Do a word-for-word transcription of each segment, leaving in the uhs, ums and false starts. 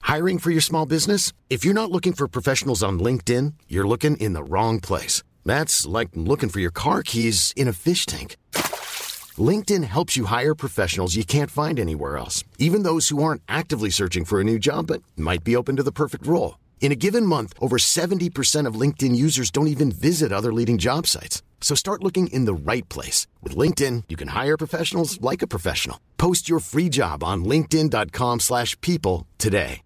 Hiring for your small business? If you're not looking for professionals on LinkedIn, you're looking in the wrong place. That's like looking for your car keys in a fish tank. LinkedIn helps you hire professionals you can't find anywhere else, even those who aren't actively searching for a new job but might be open to the perfect role. In a given month, over seventy percent of LinkedIn users don't even visit other leading job sites. So start looking in the right place. With LinkedIn, you can hire professionals like a professional. Post your free job on linkedin.com slash people today.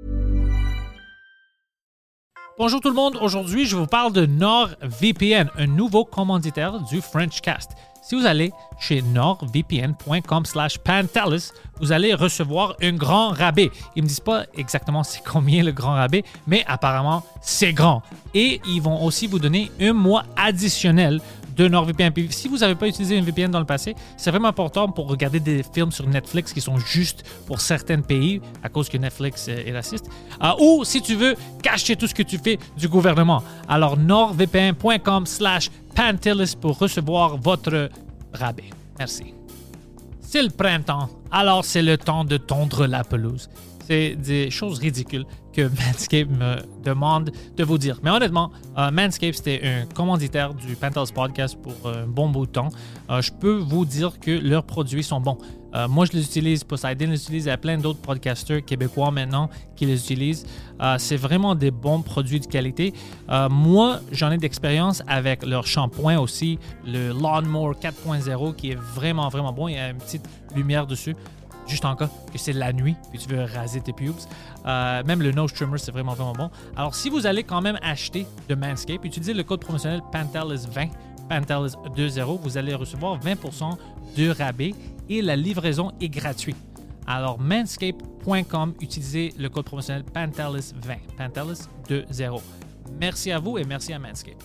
Bonjour tout le monde, aujourd'hui je vous parle de NordVPN, un nouveau commanditaire du Frenchcast. Si vous allez chez nordvpn.com slash pantelis, vous allez recevoir un grand rabais. Ils ne me disent pas exactement c'est combien le grand rabais, mais apparemment c'est grand. Et ils vont aussi vous donner un mois additionnel de NordVPN. Puis si vous n'avez pas utilisé une V P N dans le passé, c'est vraiment important pour regarder des films sur Netflix qui sont juste pour certains pays à cause que Netflix est raciste. Euh, ou si tu veux cacher tout ce que tu fais du gouvernement. Alors nordvpn.com slash pantelis pour recevoir votre rabais. Merci. C'est le printemps, alors c'est le temps de tondre la pelouse. C'est des choses ridicules que Manscaped me demande de vous dire. Mais honnêtement, euh, Manscaped, c'était un commanditaire du Pantelis Podcast pour un bon bout de temps. Euh, je peux vous dire que leurs produits sont bons. Euh, moi, je les utilise, Poseidon les utilise, il y a plein d'autres podcasters québécois maintenant qui les utilisent. Euh, c'est vraiment des bons produits de qualité. Euh, moi, j'en ai d'expérience avec leur shampoing aussi, le Lawnmower quatre point zéro qui est vraiment, vraiment bon. Il y a une petite lumière dessus. Juste en cas que c'est la nuit et tu veux raser tes pubes. Euh, même le nose trimmer, c'est vraiment, vraiment bon. Alors, si vous allez quand même acheter de Manscaped, utilisez le code promotionnel Pantelis vingt, Pantelis vingt, vous allez recevoir vingt pour cent de rabais et la livraison est gratuite. Alors, manscaped point com, utilisez le code promotionnel Pantelis vingt, Pantelis vingt. Merci à vous et merci à Manscaped.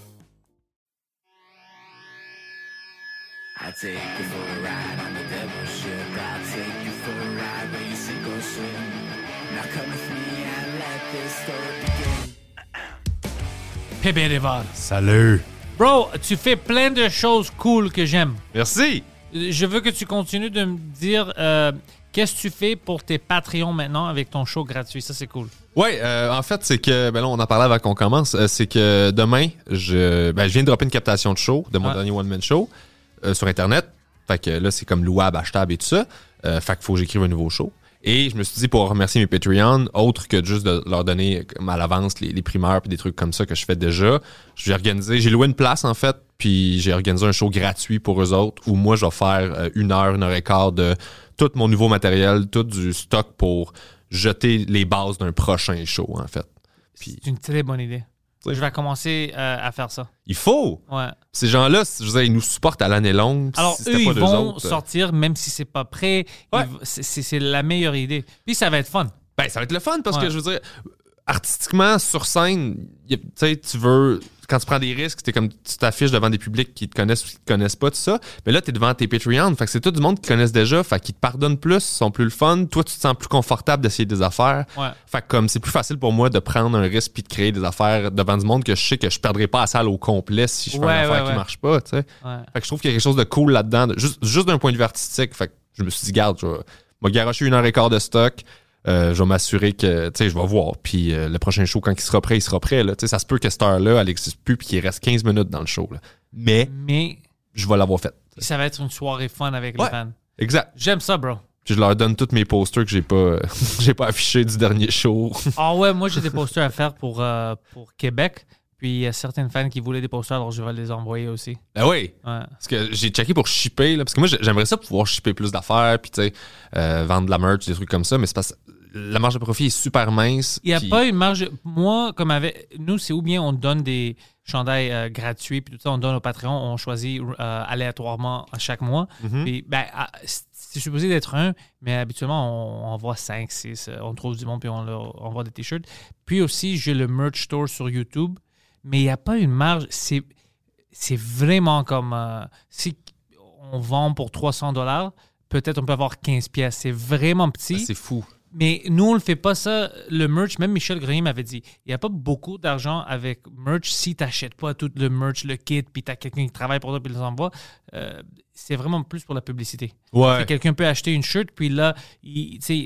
I'll take you for a ride on the devil's ship. I'll take you for a ride where you sink or swim. Now come with me and let this story begin. Pébé Rival. Salut. Bro, tu fais plein de choses cool que j'aime. Merci. Je veux que tu continues de me dire euh, qu'est-ce que tu fais pour tes Patreons maintenant avec ton show gratuit. Ça, c'est cool. Oui, euh, en fait, c'est que, ben là, on en parlait avant qu'on commence, euh, c'est que demain, je, ben, je viens de dropper une captation de show, de mon ouais. dernier one-man show. Euh, sur Internet. Fait que là, c'est comme louable, achetable et tout ça. Euh, fait qu'il faut que j'écrive un nouveau show. Et je me suis dit, pour remercier mes Patreons, autre que juste de leur donner comme à l'avance les, les primeurs et des trucs comme ça que je fais déjà, je vais organiser, j'ai loué une place en fait, puis j'ai organisé un show gratuit pour eux autres où moi, je vais faire euh, une heure, une heure et quart de tout mon nouveau matériel, tout du stock pour jeter les bases d'un prochain show, en fait. Puis, c'est une très bonne idée. Je vais commencer euh, à faire ça. Il faut! Ouais. Ces gens-là, je veux dire, ils nous supportent à l'année longue. Alors, si eux, ils vont autres, sortir même si c'est pas prêt. Ouais. Ils, c'est, c'est la meilleure idée. Puis, ça va être fun. Ben, ça va être le fun parce ouais. que, je veux dire, artistiquement, sur scène, tu sais, tu veux... Quand tu prends des risques, t'es comme, tu t'affiches devant des publics qui te connaissent ou qui te connaissent pas, tout ça. Mais là, t'es devant tes Patreons. Fait que c'est tout du monde qui te connaissent déjà. Fait qu'ils te pardonnent plus, sont plus le fun. Toi, tu te sens plus confortable d'essayer des affaires. Ouais. Fait que comme c'est plus facile pour moi de prendre un risque puis de créer des affaires devant du monde que je sais que je perdrai pas la salle au complet si je fais ouais, une affaire ouais, qui ouais. marche pas, tu sais. Ouais. Fait que je trouve qu'il y a quelque chose de cool là-dedans. de- juste, juste d'un point de vue artistique. Fait que je me suis dit, garde, je vais m'a garoché une heure et quart de stock. Euh, je vais m'assurer que, tu sais, je vais voir. Puis euh, le prochain show, quand il sera prêt, il sera prêt. Là. Tu sais, ça se peut que cette heure-là, elle n'existe plus puis qu'il reste quinze minutes dans le show. Là. Mais Mais je vais l'avoir fait. ça va être une soirée fun avec Ouais. les fans. Exact. J'aime ça, bro. Puis je leur donne tous mes posters que j'ai pas, euh, j'ai pas affichés du dernier show. Ah ouais, moi, j'ai des posters à faire pour, euh, pour Québec. Puis, il y a certaines fans qui voulaient des posters, alors je vais les envoyer aussi. Ben oui. Ouais. Parce que j'ai checké pour shipper. Là, parce que moi, j'aimerais ça pouvoir shipper plus d'affaires. Puis, tu sais, euh, vendre de la merch, des trucs comme ça. Mais c'est parce que la marge de profit est super mince. Il n'y a puis... pas une marge. Moi, comme avec nous, c'est ou bien on donne des chandails euh, gratuits, puis tout ça, on donne au Patreon, on choisit euh, aléatoirement à chaque mois. Mm-hmm. Puis, ben, à, c'est supposé d'être un, mais habituellement, on, on envoie cinq, six. On trouve du monde, puis on leur envoie des t-shirts. Puis aussi, j'ai le merch store sur YouTube, mais il n'y a pas une marge. C'est, c'est vraiment comme. Euh, si on vend pour trois cents dollars, peut-être on peut avoir quinze pièces. C'est vraiment petit. Ah, c'est fou. Mais nous, on ne le fait pas ça. Le merch, même Michel Grenier m'avait dit, il n'y a pas beaucoup d'argent avec merch si tu n'achètes pas tout le merch, le kit, puis tu as quelqu'un qui travaille pour toi puis les envoie. Euh, c'est vraiment plus pour la publicité. Ouais. Et quelqu'un peut acheter une shirt, puis là, il,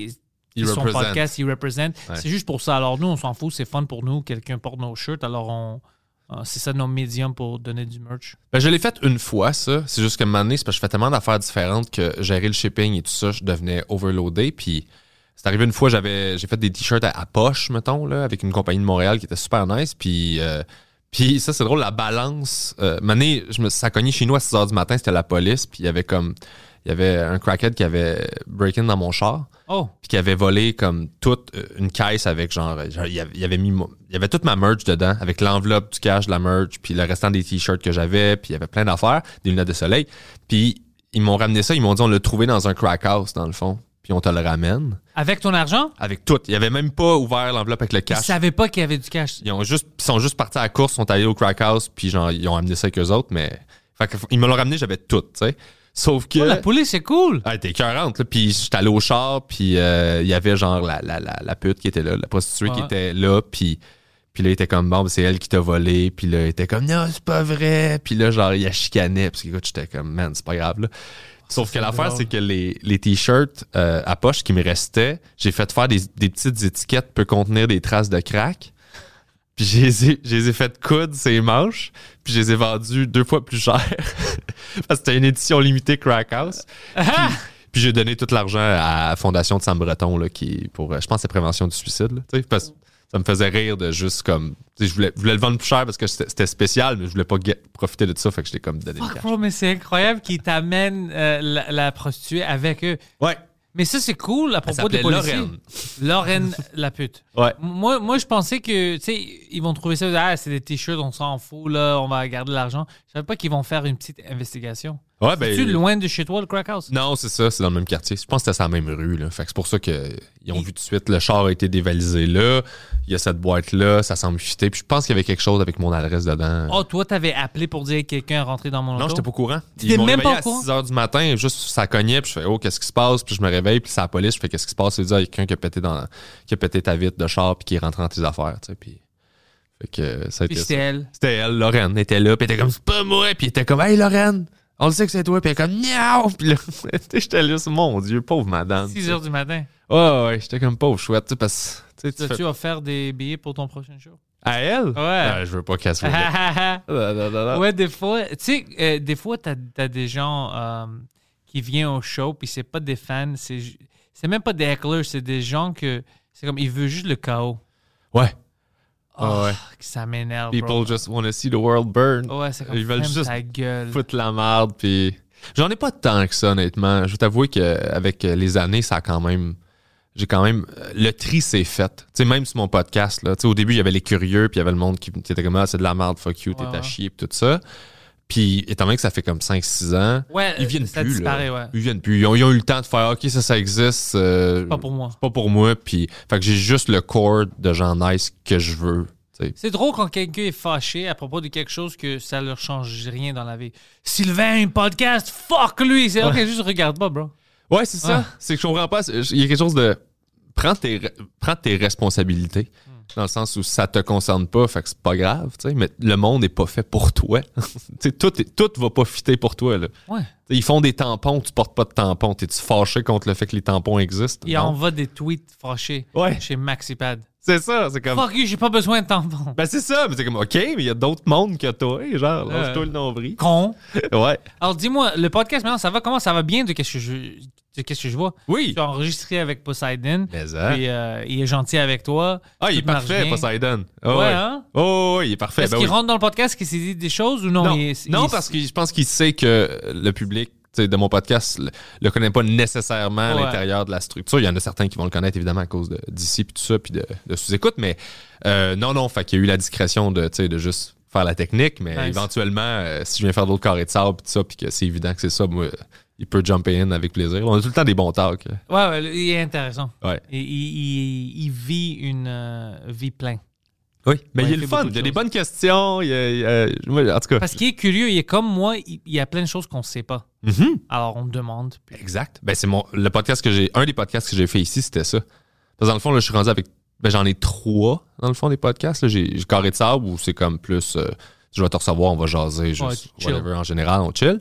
Il son represent. podcast, il représente. Ouais. C'est juste pour ça. Alors nous, on s'en fout, c'est fun pour nous. Quelqu'un porte nos shirts, alors on, euh, c'est ça nos médiums pour donner du merch. Ben, je l'ai fait une fois, ça. C'est juste que un moment donné, c'est parce que je fais tellement d'affaires différentes que gérer le shipping et tout ça, je devenais overloadé. Puis c'est arrivé une fois, j'avais j'ai fait des t-shirts à, à poche, mettons, là, avec une compagnie de Montréal qui était super nice. Puis, euh, puis ça, c'est drôle, la balance. Euh, un moment donné, je me, ça a cogné chez nous à six heures du matin, c'était la police. Puis il y avait comme. Il y avait un crackhead qui avait break-in dans mon char. Oh! Puis qui avait volé comme toute une caisse avec genre, genre il, avait, il avait mis il y avait toute ma merch dedans avec l'enveloppe du cash de la merch puis le restant des t-shirts que j'avais puis il y avait plein d'affaires, des lunettes de soleil. Puis ils m'ont ramené ça, ils m'ont dit on l'a trouvé dans un crack house dans le fond. Puis on te le ramène Avec ton argent? avec tout. Il avait même pas ouvert l'enveloppe avec le Ils cash. savaient pas qu'il y avait du cash. Ils ont juste ils sont juste partis à la course, sont allés au crack house puis genre ils ont amené ça avec eux autres mais fait que, ils me l'ont ramené, j'avais tout, tu sais. Sauf que Oh, la police, c'est cool! ah, t'es écœurante, là. Puis j'étais allé au char, puis il euh, y avait genre la, la, la, la pute qui était là, la prostituée Ouais. qui était là, puis, puis là, il était comme, bon, ben, c'est elle qui t'a volé, puis là, il était comme, non, c'est pas vrai, puis là, genre, il a chicané, parce que, écoute, j'étais comme, man, c'est pas grave, là. Sauf que c'est l'affaire, drôle. c'est que les, les t-shirts euh, à poche qui me restaient, j'ai fait faire des, des petites étiquettes peut contenir des traces de crack. Puis je les ai, je les ai fait coudre ces manches, puis je les ai vendus deux fois plus cher. Parce que c'était une édition limitée Crack House. Puis, puis j'ai donné tout l'argent à la fondation de Sam Breton, là, qui pour, je pense, c'est prévention du suicide. Là, tu sais, parce que ça me faisait rire de juste comme. Tu sais, Je voulais, je voulais le vendre plus cher parce que c'était c'était spécial, mais je voulais pas get- profiter de ça, fait que je l'ai comme donné le Fuck, cash. bro, mais c'est incroyable qu'ils t'amènent euh, la, la prostituée avec eux. Ouais. Mais ça, c'est cool à propos des s'appelait policiers. Lorraine. Lorraine, la pute. Ouais. Moi, moi, je pensais que, tu sais, ils vont trouver ça, ah, c'est des t-shirts, on s'en fout, là, on va garder l'argent. Je savais pas qu'ils vont faire une petite investigation. Ouais, ben. Es-tu loin de chez toi, le crack house? Non, c'est ça, c'est dans le même quartier. Je pense que c'était sur la même rue. Là. Fait que c'est pour ça qu'ils ont vu tout de suite. Le char a été dévalisé là. Il y a cette boîte-là, ça semble fitter. Puis je pense qu'il y avait quelque chose avec mon adresse dedans. Oh, toi, t'avais appelé pour dire que quelqu'un est rentré dans mon auto? Non, j'étais pas au courant. T'étais Ils m'ont même réveillé pas au à courant? six heures du matin, juste ça cognait, puis je fais oh, qu'est-ce qui se passe? Puis je me réveille, puis c'est la police, je fais qu'est-ce qui se passe? C'est dire il y a quelqu'un qui a pété dans qui a pété ta vitre de char puis qui est rentré dans tes affaires, tu sais, puis fait que ça a Puis été c'était ça. elle. C'était elle, Lorraine était là, puis elle était comme c'est pas moi, puis elle était comme hey Lorraine, on le sait que c'est toi, puis elle était comme miaou, puis là j'étais là, mon Dieu, pauvre madame. six heures du matin. Ouais, ouais, j'étais comme pauvre chouette, tu sais, parce que tu sais, tu As-tu fais- offert des billets pour ton prochain show? à elle? Ouais. je veux pas qu'elle se voie. Non, non, non, non. Ouais, des fois, tu sais, euh, des fois, t'as as des gens euh, qui viennent au show, puis c'est pas des fans, c'est ju- c'est même pas des hecklers, c'est des gens que c'est comme, ils veulent juste le chaos. Ouais. Oh, Ah ouais. que ça m'énerve, People bro. just want to see the world burn. Ouais, c'est comme, Ils veulent ferme juste ta gueule. foutre la merde, puis j'en ai pas tant que ça, honnêtement. Je vais t'avouer qu'avec les années, ça a quand même. J'ai quand même. Le tri s'est fait. Tu sais, même sur mon podcast, là. Tu sais, au début, il y avait les curieux, puis il y avait le monde qui qui était comme, ah, c'est de la merde, fuck you, t'es Ouais, à ouais. chier, puis tout ça. Puis, étant donné que ça fait comme cinq six ans, Ouais, ils viennent ça plus. disparaît, là. ouais. Ils viennent plus. Ils ont, ils ont eu le temps de faire, OK, ça, ça existe. euh, Pas pour moi. C'est pas pour moi. Puis, fait que j'ai juste le core de gens nice que je veux. tu sais. C'est drôle quand quelqu'un est fâché à propos de quelque chose que ça leur change rien dans la vie. Sylvain, un podcast, fuck lui! C'est ok, juste regarde pas, bro. Ouais, c'est ça. Ouais. C'est que je comprends pas. c'est- Il y a quelque chose de. Prends tes, re- prends tes responsabilités. Dans le sens où ça te concerne pas, fait que c'est pas grave, tu sais. Mais le monde n'est pas fait pour toi. Tu sais, tout, est- tout va pas fitter pour toi, là. Ouais. Tu sais, ils font des tampons, tu portes pas de tampons. T'es-tu fâché contre le fait que les tampons existent? Il Non. envoie des tweets fâchés Ouais. chez MaxiPad. C'est ça, c'est comme. Fuck you, j'ai pas besoin de tampons. Ben, c'est ça, mais c'est comme, OK, mais il y a d'autres mondes que toi, genre, Ouais. lâche-toi le nombril. Con. Ouais. Alors dis-moi, le podcast maintenant, ça va comment? Ça va bien de qu'est-ce que je, de qu'est-ce que je vois? Oui. Tu as enregistré avec Poseidon. Mais ça. Puis euh, il est gentil avec toi. Ah, il est Tout marche parfait, bien. Poseidon. Ah, Ouais, ouais. hein? Oh, ouais, il est parfait. Est-ce Ben qu'il oui. rentre dans le podcast, qu'il s'est dit des choses ou non? Non, il est- non il- parce que je pense qu'il sait que le public tu sais, de mon podcast le, le connaît pas nécessairement à Ouais. l'intérieur de la structure. Il y en a certains qui vont le connaître évidemment à cause de- d'ici puis tout ça, puis de, de sous-écoute, mais euh, non, non, fait qu'il y a eu la discrétion de, tu sais, de juste faire la technique, mais Nice. éventuellement, euh, si je viens faire d'autres carrés de sable puis tout ça, puis que c'est évident que c'est ça, moi, il peut jumper in avec plaisir. On a tout le temps des bons talks. Ouais, ouais, il est intéressant. Ouais. Et, il, il- il vit une euh, vie pleine. Oui, mais Ouais, il y a il le fait fun, beaucoup il de y a des choses. bonnes questions, il y a, il y a- moi, en tout cas. Parce qu'il est curieux, il est comme moi, il, il y a plein de choses qu'on ne sait pas. Mhm. Alors on demande. puis- Exact. Ben, c'est mon le podcast que j'ai. Un des podcasts que j'ai fait ici, c'était ça. Parce que dans le fond, là, je suis rendu avec. Ben, j'en ai trois, dans le fond, des podcasts. Là. J'ai, j'ai Carré de sable où c'est comme plus. euh, je vais te recevoir, on va jaser, juste Ouais, chill. whatever, en général, on chill.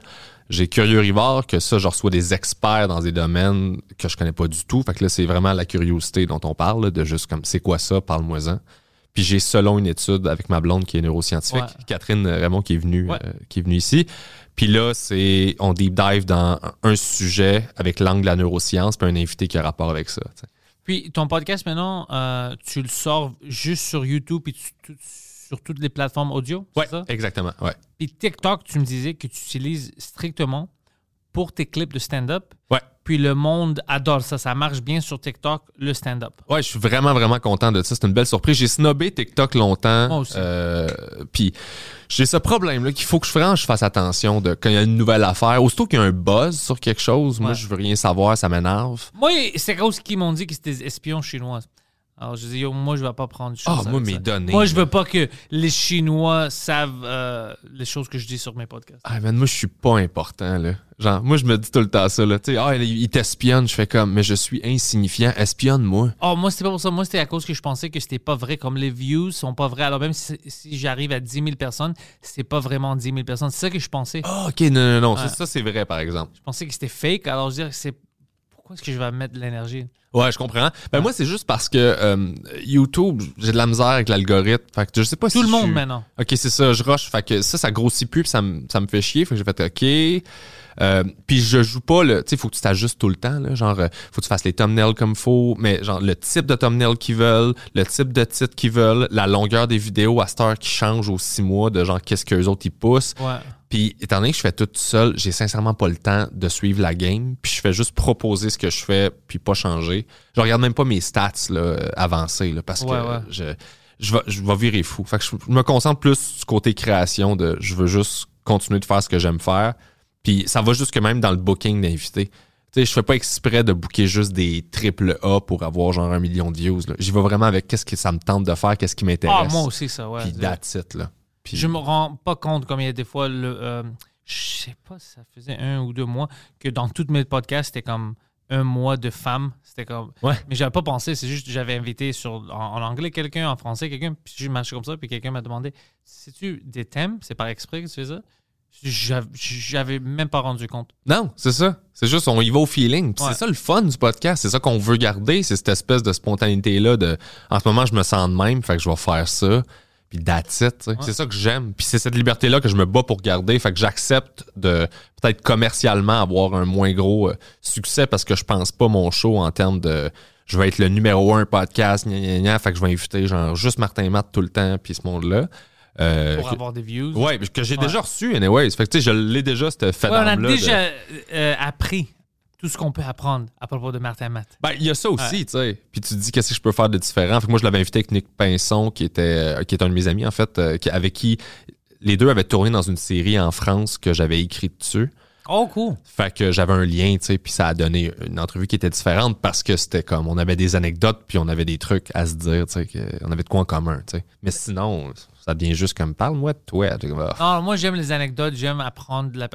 J'ai Curieux Rivard, que ça, je reçois des experts dans des domaines que je connais pas du tout. Fait que là, c'est vraiment la curiosité dont on parle, là, de juste comme, c'est quoi ça, parle-moi-en. Puis j'ai Selon une étude avec ma blonde qui est neuroscientifique, ouais. Catherine Raymond qui est venue, ouais. euh, qui est venue ici. Puis là, c'est on deep dive dans un sujet avec l'angle de la neuroscience, puis un invité qui a rapport avec ça. T'sais. Puis ton podcast maintenant, euh, tu le sors juste sur YouTube et tu, tu, sur toutes les plateformes audio, ouais, c'est ça? Exactement, ouais. Puis TikTok, tu me disais que tu utilises strictement pour tes clips de stand-up. Ouais. Puis le monde adore ça. Ça marche bien sur TikTok, le stand-up. Ouais, je suis vraiment, vraiment content de ça. C'est une belle surprise. J'ai snobé TikTok longtemps. Moi aussi. Euh, puis j'ai ce problème-là qu'il faut que je, vraiment, je fasse attention de quand il y a une nouvelle affaire. Aussitôt qu'il y a un buzz sur quelque chose, ouais. moi, je veux rien savoir, ça m'énerve. Moi, c'est cause qui m'ont dit que c'était des espions chinois. Alors, je dis, yo, moi, je vais pas prendre des choses. Ah, oh, moi, mes ça. données. Moi, je veux pas que les Chinois savent euh, les choses que je dis sur mes podcasts. Ah, man, moi, je suis pas important, là. Genre, moi, je me dis tout le temps ça, là. Tu sais, ah, il t'espionne. Je fais comme, mais je suis insignifiant. Espionne-moi. Oh, moi, c'était pas pour ça. Moi, c'était à cause que je pensais que c'était pas vrai. Comme les views sont pas vrais. Alors, même si, si j'arrive à dix mille personnes, c'est pas vraiment dix mille personnes. C'est ça que je pensais. Ah, oh, OK, non, non, non. Ouais. Ça, ça, c'est vrai, par exemple. Je pensais que c'était fake. Alors, je veux dire, c'est... Pourquoi est-ce que je vais mettre de l'énergie? Ouais, je comprends. Ben, ouais. moi, c'est juste parce que euh, YouTube, j'ai de la misère avec l'algorithme. Fait que je sais pas Tout si. le monde suis... maintenant. OK, c'est ça, je rush. Fait que ça, ça grossit plus, puis ça me ça me fait chier. Fait que j'ai fait OK. Euh, puis je joue pas le. Tu sais, faut que tu t'ajustes tout le temps, là. Genre, euh, faut que tu fasses les thumbnails comme faut, mais genre, le type de thumbnail qu'ils veulent, le type de titre qu'ils veulent, la longueur des vidéos à cette heure qui change aux six mois de genre, qu'est-ce qu'eux autres ils poussent. Ouais. Puis, étant donné que je fais tout seul, j'ai sincèrement pas le temps de suivre la game. Puis, je fais juste proposer ce que je fais, puis pas changer. Je regarde même pas mes stats là, avancées, là, parce ouais, que ouais. je, je, vais, je vais virer fou. Fait que je, je me concentre plus du côté création de je veux juste continuer de faire ce que j'aime faire. Puis, ça va jusque même dans le booking d'invités. Tu sais, je fais pas exprès de booker juste des triple A pour avoir genre un million de views. Là. J'y vais vraiment avec qu'est-ce que ça me tente de faire, qu'est-ce qui m'intéresse. Ah, moi aussi, ça, ouais. Puis, that's it, là. Puis... Je me rends pas compte comme il y a des fois, le, euh, je sais pas si ça faisait un ou deux mois, que dans tous mes podcasts, c'était comme un mois de femmes. C'était comme. Ouais. Mais j'avais pas pensé, c'est juste que j'avais invité sur, en, en anglais quelqu'un, en français quelqu'un, puis je marchais comme ça, puis quelqu'un m'a demandé c'est-tu des thèmes? C'est par exprès que tu fais ça? J'avais, j'avais même pas rendu compte. Non, c'est ça. C'est juste, on y va au feeling. Puis ouais. C'est ça le fun du podcast. C'est ça qu'on veut garder. C'est cette espèce de spontanéité-là de, en ce moment, je me sens de même, fait que je vais faire ça. Puis that's it. Ouais. C'est ça que j'aime. Puis c'est cette liberté-là que je me bats pour garder. Fait que j'accepte de peut-être commercialement avoir un moins gros euh, succès parce que je pense pas mon show en termes de je vais être le numéro un podcast, gna gna gna. Fait que je vais inviter genre juste Martin et Matt tout le temps puis ce monde-là. Euh, pour que, avoir des views. Ouais, que j'ai ouais. déjà reçu, anyways. Fait que tu sais, je l'ai déjà, cette fait-là. Ouais, on a déjà de... euh, appris tout ce qu'on peut apprendre à propos de Martin et Matt. Ben, il y a ça aussi, ouais. tu sais. Puis tu te dis, qu'est-ce que je peux faire de différent? Fait que moi, je l'avais invité avec Nick Pinson, qui était, euh, qui est un de mes amis, en fait, euh, qui, avec qui les deux avaient tourné dans une série en France que j'avais écrite dessus. Oh, cool. Fait que j'avais un lien, tu sais, puis ça a donné une entrevue qui était différente parce que c'était comme, on avait des anecdotes, puis on avait des trucs à se dire, tu sais, on avait de quoi en commun, tu sais. Mais sinon, ça devient juste comme, parle-moi de toi. Non, moi, j'aime les anecdotes, j'aime apprendre de la...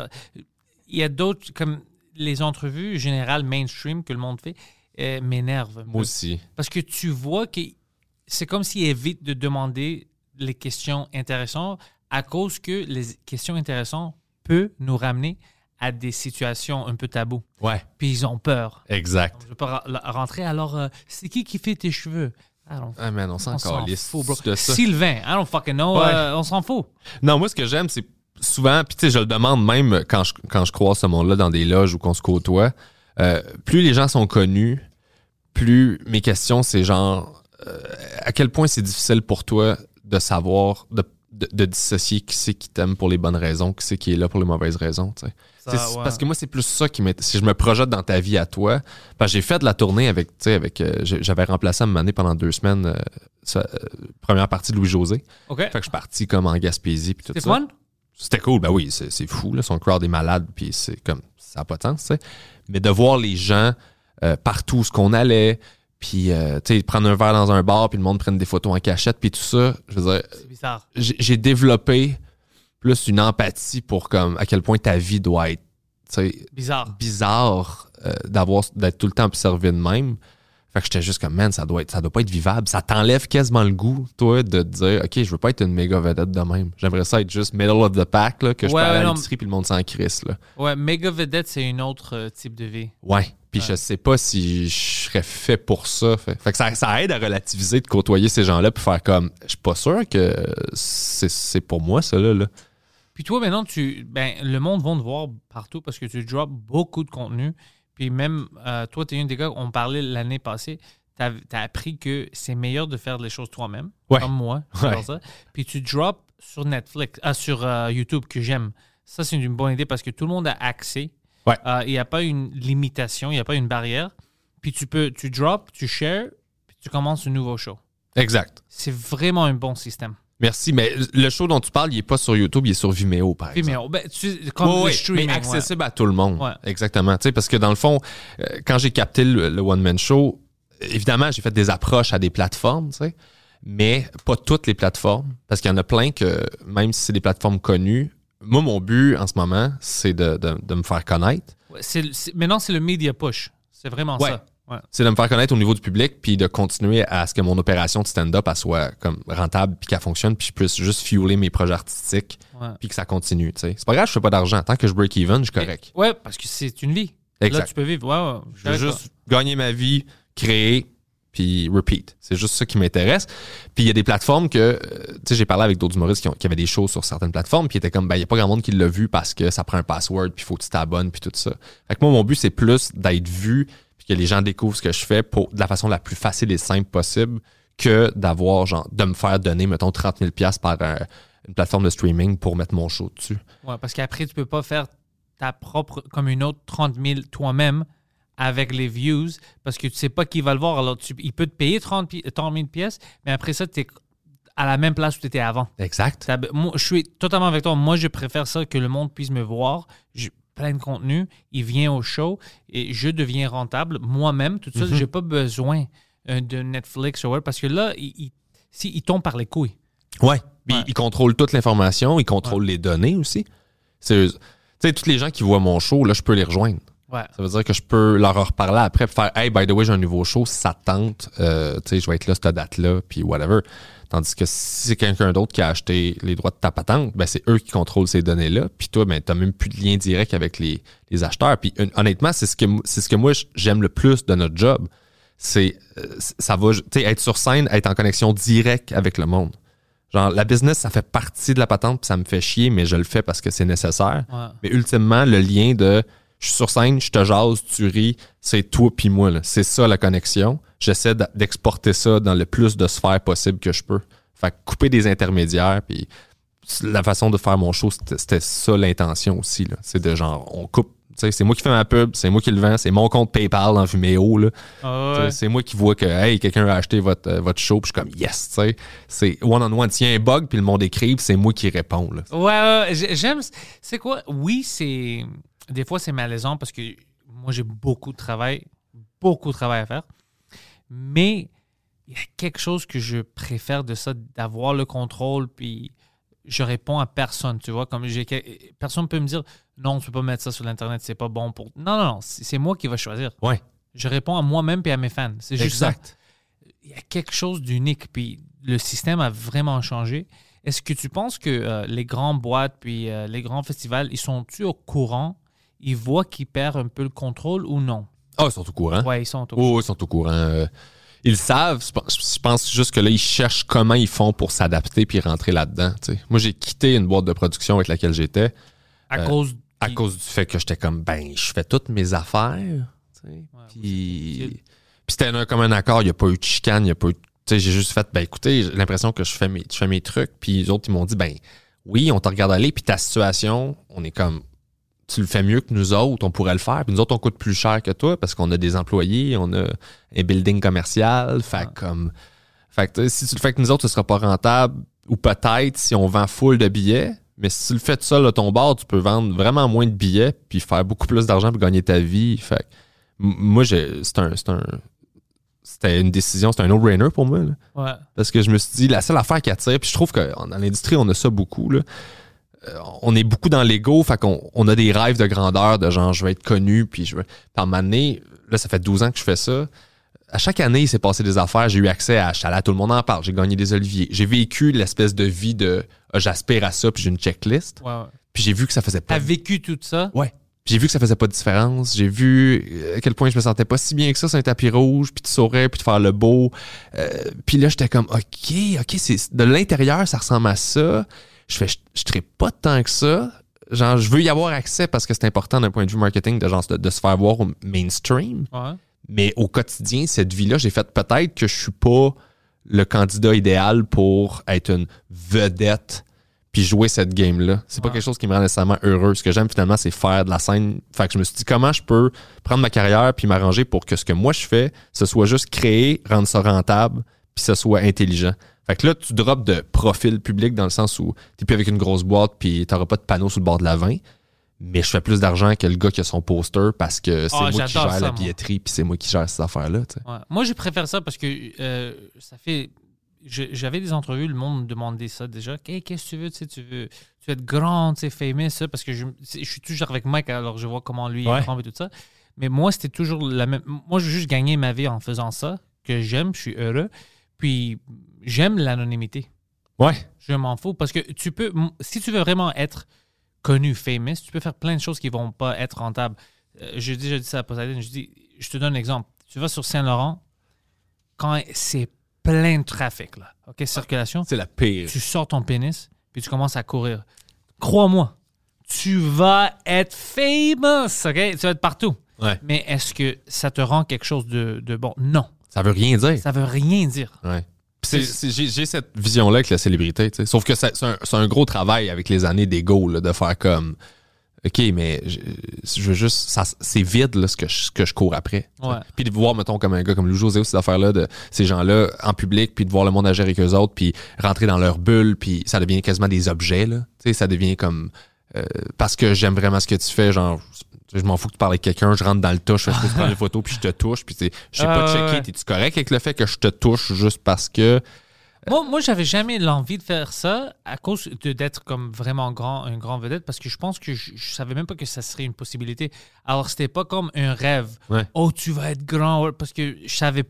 Il y a d'autres, comme les entrevues générales mainstream que le monde fait, euh, m'énervent. Moi aussi. Parce que tu vois que c'est comme s'ils évitent de demander les questions intéressantes à cause que les questions intéressantes peuvent nous ramener à des situations un peu tabous. Ouais. Puis ils ont peur. Exact. Donc, je peux rentrer, alors, euh, c'est qui qui fait tes cheveux? Ah, man, on s'en calisse de ça. Sylvain, I don't fucking know, ouais. euh, on s'en fout. Non, moi, ce que j'aime, c'est souvent, puis tu sais, je le demande même quand je, quand je croise ce monde-là dans des loges ou qu'on se côtoie, euh, plus les gens sont connus, plus mes questions, c'est genre, euh, à quel point c'est difficile pour toi de savoir, de, de, de dissocier qui c'est qui t'aime pour les bonnes raisons, qui c'est qui est là pour les mauvaises raisons, tu sais. Ça, ouais. Parce que moi, c'est plus ça qui m'est. Si je me projette dans ta vie à toi, parce que j'ai fait de la tournée avec, tu sais, avec. Euh, j'avais remplacé à un moment donné pendant deux semaines, euh, ça, euh, première partie de Louis-José. OK. Fait que je suis parti comme en Gaspésie puis tout ça. C'était fun? C'était cool, ben oui, c'est, c'est fou, là. Son crowd est malade, puis c'est comme. Ça n'a pas de sens, tu sais. Mais de voir les gens euh, partout où ce qu'on allait, puis, euh, tu sais, prendre un verre dans un bar, puis le monde prenne des photos en cachette, puis tout ça, je veux dire. C'est bizarre. J'ai, j'ai développé plus une empathie pour comme à quel point ta vie doit être bizarre, bizarre euh, d'avoir, d'être tout le temps observé de même. Fait que j'étais juste comme, man, ça doit être, ça doit pas être vivable. Ça t'enlève quasiment le goût, toi, de te dire, OK, je veux pas être une méga vedette de même. J'aimerais ça être juste middle of the pack, là, que je Ouais, peux aller à non. l'épicerie puis le monde s'en crisse, là. Ouais, méga vedette, c'est une autre euh, type de vie. Ouais. Puis Ouais. je sais pas si je serais fait pour ça. Fait, fait que ça, ça aide à relativiser de côtoyer ces gens-là puis faire comme, je suis pas sûr que c'est, c'est pour moi, ça, là. là. Puis toi, maintenant, tu, ben, le monde va te voir partout parce que tu drops beaucoup de contenu. Puis même, euh, toi, tu es un des gars, on parlait l'année passée, tu as appris que c'est meilleur de faire les choses toi-même, Ouais. comme moi. Ouais. faire ça. Puis tu drops sur Netflix, ah, sur euh, YouTube, que j'aime. Ça, c'est une bonne idée parce que tout le monde a accès. Ouais. Euh, Il n'y a pas une limitation, il n'y a pas une barrière. Puis tu peux, tu drops, tu shares, puis tu commences un nouveau show. Exact. C'est vraiment un bon système. Merci, mais le show dont tu parles, il est pas sur YouTube, il est sur Vimeo, par exemple. Vimeo, ben, tu, comme Ouais, le ouais, streaming, mais ouais. accessible à tout le monde. Ouais. Exactement. Tu sais, parce que dans le fond, euh, quand j'ai capté le, le one-man show, évidemment, j'ai fait des approches à des plateformes, tu sais, mais pas toutes les plateformes, parce qu'il y en a plein que, même si c'est des plateformes connues, moi, mon but en ce moment, c'est de, de, de me faire connaître. Ouais, c'est- c'est- maintenant, c'est le media push. C'est vraiment Ouais. ça. Ouais. C'est de me faire connaître au niveau du public, puis de continuer à ce que mon opération de stand-up elle soit comme rentable, puis qu'elle fonctionne, puis je puisse juste fueler mes projets artistiques, Ouais. puis que ça continue. Tu sais. C'est pas grave, je fais pas d'argent. Tant que je break even, je suis correct. Ouais, parce que c'est une vie. Là, Exact. tu peux vivre. Ouais, ouais, je suis Je veux d'accord. juste gagner ma vie, créer, puis repeat. C'est juste ça qui m'intéresse. Puis il y a des plateformes que, euh, tu sais, j'ai parlé avec d'autres humoristes qui, ont- qui avaient des shows sur certaines plateformes, puis ils étaient comme, ben, il n'y a pas grand monde qui l'a vu parce que ça prend un password, puis il faut que tu t'abonnes, puis tout ça. Fait que moi, mon but, c'est plus d'être vu, puis que les gens découvrent ce que je fais pour, de la façon la plus facile et simple possible que d'avoir, genre, de me faire donner, mettons, trente mille dollars par un- une plateforme de streaming pour mettre mon show dessus. Ouais, parce qu'après, tu peux pas faire ta propre, comme une autre trente mille toi-même avec les views parce que tu sais pas qui va le voir. Alors, tu, il peut te payer trente mille pièces, mais après ça, tu es à la même place où tu étais avant. Exact. T'as- Moi, je suis totalement avec toi. Moi, je préfère ça que le monde puisse me voir. J'ai plein de contenu. Il vient au show et je deviens rentable moi-même. Tout ça, Mhm. j'ai pas besoin euh, de Netflix ou autre parce que là, il, il, si, il tombe par les couilles. Ouais. Puis Ouais. ils contrôlent toute l'information, ils contrôlent les données aussi. C'est, tu sais, tous les gens qui voient mon show, là, je peux les rejoindre. Ouais. Ça veut dire que je peux leur en reparler après pour faire « Hey, by the way, j'ai un nouveau show, si ça te tente, euh, tu sais, je vais être là cette date-là, puis whatever. » Tandis que si c'est quelqu'un d'autre qui a acheté les droits de ta patente, ben c'est eux qui contrôlent ces données-là. Puis toi, ben t'as même plus de lien direct avec les, les acheteurs. Puis hon- honnêtement, c'est ce que c'est ce que moi j'aime le plus de notre job. C'est euh, ça va, tu sais, être sur scène, être en connexion directe avec le monde. Genre, la business, ça fait partie de la patente, puis ça me fait chier, mais je le fais parce que c'est nécessaire. Ouais. Mais ultimement, le lien de je suis sur scène, je te jase, tu ris, c'est toi puis moi. Là. C'est ça la connexion. J'essaie d- d'exporter ça dans le plus de sphères possible que je peux. Fait que couper des intermédiaires, puis la façon de faire mon show, c'était, c'était ça l'intention aussi. Là. C'est de genre, on coupe. Tu sais, c'est moi qui fais ma pub, c'est moi qui le vends, c'est mon compte PayPal en Vimeo. Là. Ah Tu sais, ouais. C'est moi qui vois que hey, quelqu'un a acheté votre, euh, votre show, puis je suis comme yes, tu sais. C'est one-on-one. S'il y a un bug, puis le monde écrive, c'est moi qui réponds. Là. Ouais, ouais, j'ai- j'aime. C'est quoi? Oui, c'est. Des fois, c'est malaisant parce que moi, j'ai beaucoup de travail, beaucoup de travail à faire. Mais il y a quelque chose que je préfère de ça, d'avoir le contrôle, puis je réponds à personne, tu vois. Comme j'ai personne peut me dire non, tu peux pas mettre ça sur l'Internet, c'est pas bon pour. Non, non, non, c'est c'est moi qui vais choisir. Ouais. Je réponds à moi-même et à mes fans. C'est juste ça. Exact. Il y a quelque chose d'unique, puis le système a vraiment changé. Est-ce que tu penses que euh, les grandes boîtes puis euh, les grands festivals, ils sont-tu au courant? Ils voient qu'ils perdent un peu le contrôle ou non? Ah, ils sont au courant. Ouais, ils sont au courant. Oh, ils sont au courant. Euh, ils le savent. Je pense- je pense juste que là, ils cherchent comment ils font pour s'adapter puis rentrer là-dedans. Tu sais. Moi, j'ai quitté une boîte de production avec laquelle j'étais À euh, cause. à du- cause du fait que j'étais comme, ben, je fais toutes mes affaires. Tu sais. Puis c'est- puis c'était un, comme un accord. Il n'y a pas eu de chicane. Il y a pas eu. Tu sais, j'ai juste fait, ben, écoutez, j'ai l'impression que je fais mes, je fais mes trucs. Puis les autres, ils m'ont dit, ben, oui, on te regarde aller. Puis ta situation, on est comme, tu le fais mieux que nous autres, on pourrait le faire. Puis nous autres, on coûte plus cher que toi parce qu'on a des employés, on a un building commercial. Fait que comme. Fait que si tu le fais que nous autres, ce sera pas rentable. Ou peut-être si on vend full de billets. Mais si tu le fais tout seul à ton bar, tu peux vendre vraiment moins de billets puis faire beaucoup plus d'argent pour gagner ta vie. Fait que, m- moi, j'ai, c'est un, c'est un, c'était une décision, c'était un no-brainer pour moi. Là. Ouais. Parce que je me suis dit, la seule affaire qui attire, puis je trouve que dans l'industrie, on a ça beaucoup, là. Euh, on est beaucoup dans l'ego, fait qu'on on a des rêves de grandeur, de genre, je vais être connu, puis je veux. Par ma année, là, ça fait douze ans que je fais ça. à chaque année, il s'est passé des affaires. J'ai eu accès à Chalet, tout le monde en parle. J'ai gagné des oliviers. J'ai vécu l'espèce de vie de ah, j'aspire à ça, puis j'ai une checklist. Ouais, ouais. Puis j'ai vu que ça faisait pas... T'as vécu tout ça? Ouais. J'ai vu que ça faisait pas de différence. J'ai vu à quel point je me sentais pas si bien que ça sur un tapis rouge, puis de sourire, puis de faire le beau. Euh, puis là, j'étais comme, OK, OK, c'est, de l'intérieur, ça ressemble à ça. Je fais, je, je traite pas tant que ça. Genre, je veux y avoir accès parce que c'est important d'un point de vue marketing de, genre, de, de se faire voir au mainstream. Ouais. Mais au quotidien, cette vie-là, j'ai fait peut-être que je suis pas le candidat idéal pour être une vedette puis jouer cette game-là. C'est ouais. pas quelque chose qui me rend nécessairement heureux. Ce que j'aime finalement, c'est faire de la scène. Fait que je me suis dit comment je peux prendre ma carrière puis m'arranger pour que ce que moi je fais, ce soit juste créer, rendre ça rentable puis ce soit intelligent. Fait que là, tu drops de profil public dans le sens où t'es plus avec une grosse boîte puis t'auras pas de panneau sur le bord de la vingt. Mais je fais plus d'argent que le gars qui a son poster parce que c'est oh, moi qui gère ça, la moi. billetterie puis c'est moi qui gère ces affaires-là. Ouais. Moi, je préfère ça parce que euh, ça fait... Je, j'avais des entrevues, le monde me demandait ça déjà. Hey, qu'est-ce que tu veux? Tu sais, tu veux, tu veux être grand, tu sais, famous, ça, parce que je, je suis toujours avec Mike, alors je vois comment lui ouais. il prend et tout ça. Mais moi, c'était toujours la même. Moi, je veux juste gagner ma vie en faisant ça, que j'aime, je suis heureux. Puis, j'aime l'anonymité. Ouais. Je m'en fous parce que tu peux, si tu veux vraiment être connu, famous, tu peux faire plein de choses qui vont pas être rentables. Euh, j'ai déjà dit ça à Poseidon, je dis, je te donne un exemple. Tu vas sur Saint-Laurent, quand c'est plein de trafic, là. OK, circulation. C'est la pire. Tu sors ton pénis, puis tu commences à courir. Crois-moi, tu vas être famous, OK? Tu vas être partout. Ouais. Mais est-ce que ça te rend quelque chose de, de bon? Non. Ça veut rien dire. Ça veut rien dire. Ouais. C'est, c'est, j'ai, j'ai cette vision-là avec la célébrité, tu sais. Sauf que c'est, c'est, un, c'est un gros travail avec les années d'ego, là, de faire comme... OK, mais je, je veux juste... Ça, c'est vide, là, ce que je, ce que je cours après. Ouais. Puis de voir, mettons, comme un gars comme Lou José, ces affaires-là, de ces gens-là en public, puis de voir le monde agir avec eux autres, puis rentrer dans leur bulle, puis ça devient quasiment des objets, là. Tu sais, ça devient comme... Euh, parce que j'aime vraiment ce que tu fais, genre... Je m'en fous que tu parles avec quelqu'un, je rentre dans le tas, je fais juste prendre des photos, puis je te touche, puis je sais pas euh, checker, ouais. t'es-tu correct avec le fait que je te touche juste parce que... Moi, moi j'avais jamais l'envie de faire ça à cause de, d'être comme vraiment grand, un grand vedette, parce que je pense que je, je savais même pas que ça serait une possibilité. Alors, c'était pas comme un rêve. Ouais. Oh, tu vas être grand, parce que je savais...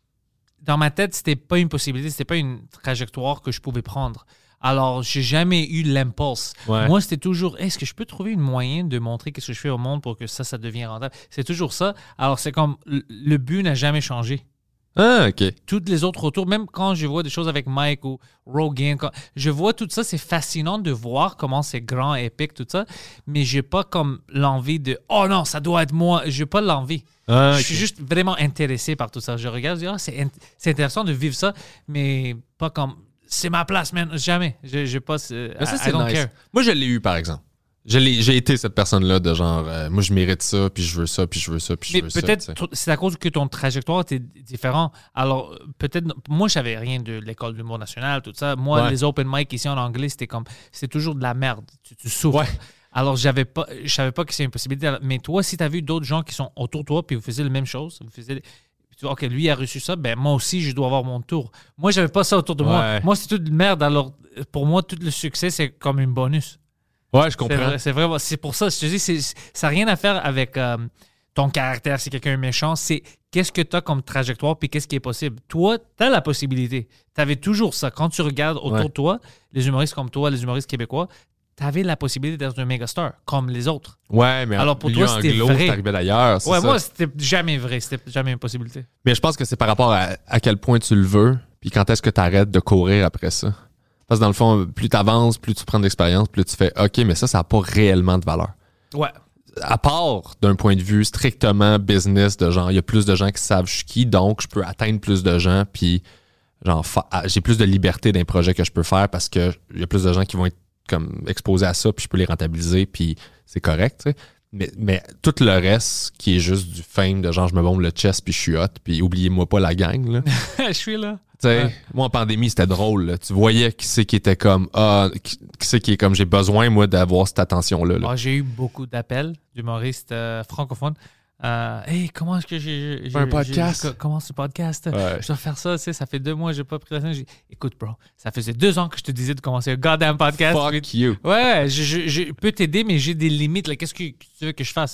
Dans ma tête, c'était pas une possibilité, c'était pas une trajectoire que je pouvais prendre. Alors, j'ai jamais eu l'impulse. Ouais. Moi, c'était toujours, est-ce que je peux trouver une moyen de montrer qu'est-ce que je fais au monde pour que ça, ça devienne rentable? C'est toujours ça. Alors, c'est comme, le but n'a jamais changé. Ah, OK. Toutes les autres autour, même quand je vois des choses avec Mike ou Rogan, quand je vois tout ça, c'est fascinant de voir comment c'est grand, épique, tout ça, mais j'ai pas comme l'envie de « Oh non, ça doit être moi ». J'ai pas l'envie. Ah, okay. Je suis juste vraiment intéressé par tout ça. Je regarde, je dis « Ah, c'est, int- c'est intéressant de vivre ça », mais pas comme « C'est ma place, man ». Jamais. Je, je passe... Euh, Mais ça, I, c'est I don't nice. care. Moi, je l'ai eu, par exemple. Je l'ai, j'ai été cette personne-là de genre, euh, moi, je mérite ça, puis je veux ça, puis je veux ça, puis je Mais veux ça. peut-être tu sais. t- c'est à cause que ton trajectoire était différent. Alors, peut-être... Moi, je savais rien de l'école de l'humour national, tout ça. Moi, Ouais. les open mic ici en anglais, c'était comme... C'était toujours de la merde. Tu, tu souffres. Ouais. Alors, j'avais pas, je savais pas que c'est une possibilité. Mais toi, si tu as vu d'autres gens qui sont autour de toi, puis vous faisiez la même chose, vous faisiez... Tu vois, OK, lui a reçu ça, ben moi aussi, je dois avoir mon tour. Moi, j'avais pas ça autour de moi. Ouais. Moi, c'est toute de merde. Alors, pour moi, tout le succès, c'est comme une bonus. Ouais, je C'est, comprends. vrai, c'est vraiment, c'est pour ça, je te dis, c'est, ça n'a rien à faire avec euh, ton caractère, si quelqu'un est méchant. C'est qu'est-ce que tu as comme trajectoire puis qu'est-ce qui est possible. Toi, tu as la possibilité. Tu avais toujours ça. Quand tu regardes autour Ouais. de toi, les humoristes comme toi, les humoristes québécois, tu avais la possibilité d'être un méga star, comme les autres. Ouais, mais Alors, en pour milieu toi, c'était anglo, vrai. t'arrivais d'ailleurs, c'est Ouais, ça. moi, c'était jamais vrai. C'était jamais une possibilité. Mais je pense que c'est par rapport à, à quel point tu le veux, puis quand est-ce que tu arrêtes de courir après ça. Parce que dans le fond, plus tu avances, plus tu prends d'expérience, plus tu fais « OK, mais ça, ça n'a pas réellement de valeur. Ouais. » À part d'un point de vue strictement business, de genre, il y a plus de gens qui savent je suis qui, donc je peux atteindre plus de gens, puis genre, fa- j'ai plus de liberté dans les projets que je peux faire parce que il y a plus de gens qui vont être comme exposés à ça, puis je peux les rentabiliser, puis c'est correct, tu sais. Mais, mais tout le reste qui est juste du fame de genre je me bombe le chest puis je suis hot, puis oubliez-moi pas la gang, là. Je suis là. Tu sais, Ouais. moi en pandémie, c'était drôle, là. Tu voyais qui c'est qui était comme ah, qui, qui c'est qui est comme j'ai besoin moi d'avoir cette attention-là. Là. Ah, j'ai eu beaucoup d'appels d'humoristes euh, francophones. Euh, hey, comment est-ce que j'ai. j'ai Un j'ai- podcast. j'ai- comment ce podcast? Ouais. Je dois faire ça, tu sais, ça fait deux mois, j'ai pas pris la scène. J'ai dit, écoute, bro, ça faisait deux ans que je te disais de commencer un goddamn podcast. Fuck you. Ouais, je, je, je peux t'aider, mais j'ai des limites. Là. Qu'est-ce que tu veux que je fasse?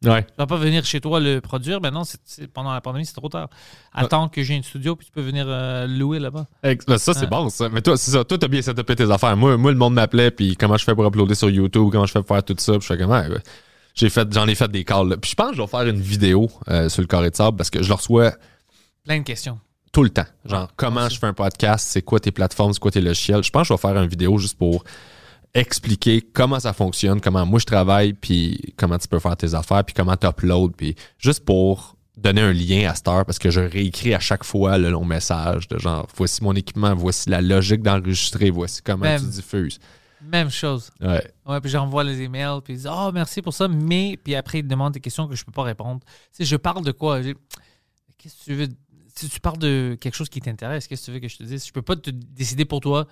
Ouais. Tu vas pas venir chez toi le produire. Maintenant, c'est, c'est, pendant la pandémie, c'est trop tard. Attends ouais. que j'ai un studio, puis tu peux venir euh, louer là-bas. Ben, ça, c'est ouais. bon, ça. Mais toi, c'est ça. Toi, t'as bien setupé tes affaires. Moi, moi, le monde m'appelait, puis comment je fais pour uploader sur YouTube, comment je fais pour faire tout ça. Puis je fais comment? Ouais, j'ai fait, j'en ai fait des calls. Là. Puis je pense que je vais faire une vidéo euh, sur le carré de sable parce que je le reçois. Plein de questions. Tout le temps. Genre, ouais, comment je fais un podcast, c'est quoi tes plateformes, c'est quoi tes logiciels. Je pense que je vais faire une vidéo juste pour expliquer comment ça fonctionne, comment moi je travaille, puis comment tu peux faire tes affaires, puis comment tu uploads, puis juste pour donner un lien à cette heure, parce que je réécris à chaque fois le long message de genre, voici mon équipement, voici la logique d'enregistrer, voici comment Même. tu diffuses. Même chose. Ouais. Ouais, puis j'envoie les emails, puis ils disent « Oh, merci pour ça, mais... » Puis après, ils demandent des questions que je peux pas répondre. Tu sais, je parle de quoi? Je... Qu'est-ce que tu veux... Si tu parles de quelque chose qui t'intéresse, qu'est-ce que tu veux que je te dise? Je peux pas te décider pour toi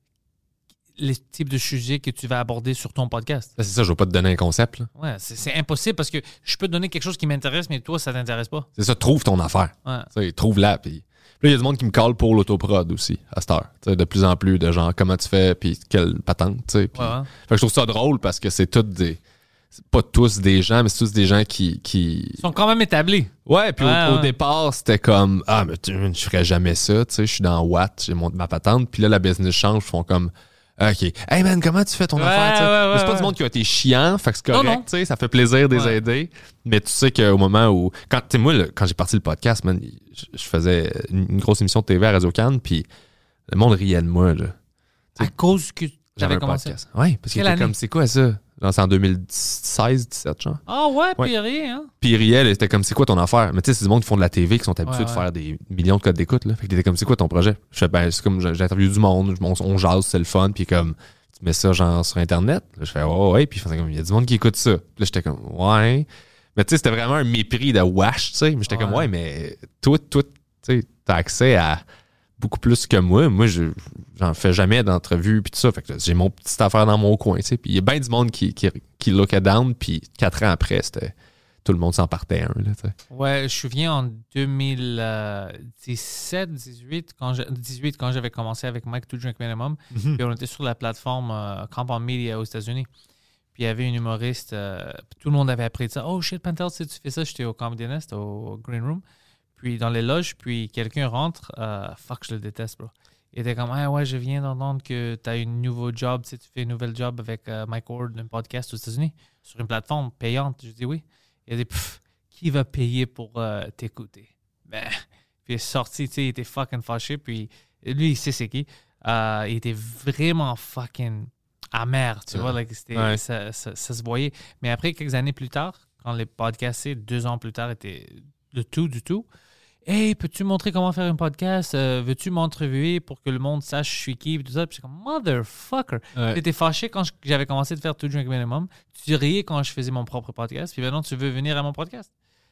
les types de sujets que tu vas aborder sur ton podcast. C'est ça, je vais pas te donner un concept. Là. Ouais, c'est, c'est impossible parce que je peux te donner quelque chose qui m'intéresse, mais toi, ça t'intéresse pas. C'est ça, trouve ton affaire. Ouais. T'sais, trouve-la. Puis là, il y a du monde qui me call pour l'autoprod aussi, à cette heure. T'sais, de plus en plus de genre, comment tu fais, puis quelle patente. Puis, ouais, ouais. Fait que je trouve ça drôle parce que c'est toutes des... C'est pas tous des gens, mais c'est tous des gens qui... qui... Ils sont quand même établis. Ouais, puis ouais, au, ouais. au départ, c'était comme, ah, mais tu, je ferais jamais ça, tu sais, je suis dans Watt, j'ai mon, ma patente, puis là, la business change, ils font comme, OK, hey man, comment tu fais ton ouais, affaire, tu sais? Ouais, ouais, c'est pas ouais. du monde qui a été chiant, fait que c'est correct, tu sais, ça fait plaisir de les ouais. aider, mais tu sais qu'au moment où, quand, tu sais, moi, le, quand j'ai parti le podcast, man, je, je faisais une, une grosse émission de T V à Radio-Can, puis le monde riait de moi, là. T'sais, à cause que j'avais un commencé. Podcast. Oui, parce qu'il était comme, c'est quoi ça? Genre, c'est en deux mille seize dix-sept, genre. Ah ouais, puis il riait, hein? Puis il riait, c'était comme, c'est quoi ton affaire? Mais tu sais, c'est du monde qui font de la T V, qui sont habitués ouais, de ouais. faire des millions de codes d'écoute, là. Fait que t'étais comme, c'est quoi ton projet? Je fais, ben, c'est comme, j'interviewe du monde, on, on jase, c'est le fun, puis comme, tu mets ça, genre, sur Internet. Là, je fais, oh, ouais, puis il faisait comme, il y a du monde qui écoute ça. Puis là, j'étais comme, ouais. Mais tu sais, c'était vraiment un mépris de wash, tu sais. Mais j'étais ouais. comme, ouais, mais toi, toi, tu sais, t'as accès à beaucoup plus que moi. Moi, je, j'en fais jamais d'entrevue puis tout ça. Fait que là, j'ai mon petite affaire dans mon coin, tu sais. Puis il y a bien du monde qui, qui, qui lookait down. Puis quatre ans après, c'était tout le monde s'en partait un, là, tu sais. Ouais, je me souviens en deux mille dix-sept, dix-huit, quand, je, dix-huit, quand j'avais commencé avec Mike To Drink Minimum. Mm-hmm. Puis on était sur la plateforme euh, Compound Media aux États-Unis. Puis il y avait une humoriste. Euh, tout le monde avait appris de ça. Oh shit, Pantel, si tu fais ça, j'étais au Comedy Nest, au Green Room. Puis dans les loges, puis quelqu'un rentre, euh, fuck, je le déteste, bro. Il était comme, ah ouais, je viens d'entendre que tu as un nouveau job, tu sais, tu fais un nouvel job avec euh, Mike Ward, un podcast aux États-Unis, sur une plateforme payante. Je dis oui. Il a dit, pff, qui va payer pour euh, t'écouter? Ben, puis il est sorti, tu sais, il était fucking fâché, puis lui, il sait c'est qui. Euh, il était vraiment fucking amer, tu ouais. vois, like, c'était, ouais. ça, ça, ça se voyait. Mais après, quelques années plus tard, quand les podcasts, deux ans plus tard, étaient le tout du tout, hey, peux-tu montrer comment faire un podcast? Euh, veux-tu m'interviewer pour que le monde sache je suis qui? Et tout ça. Puis c'est comme, motherfucker. Ouais. T'étais fâché quand je, j'avais commencé de faire To Drink Minimum. Tu riais quand je faisais mon propre podcast. Puis maintenant, tu veux venir à mon podcast.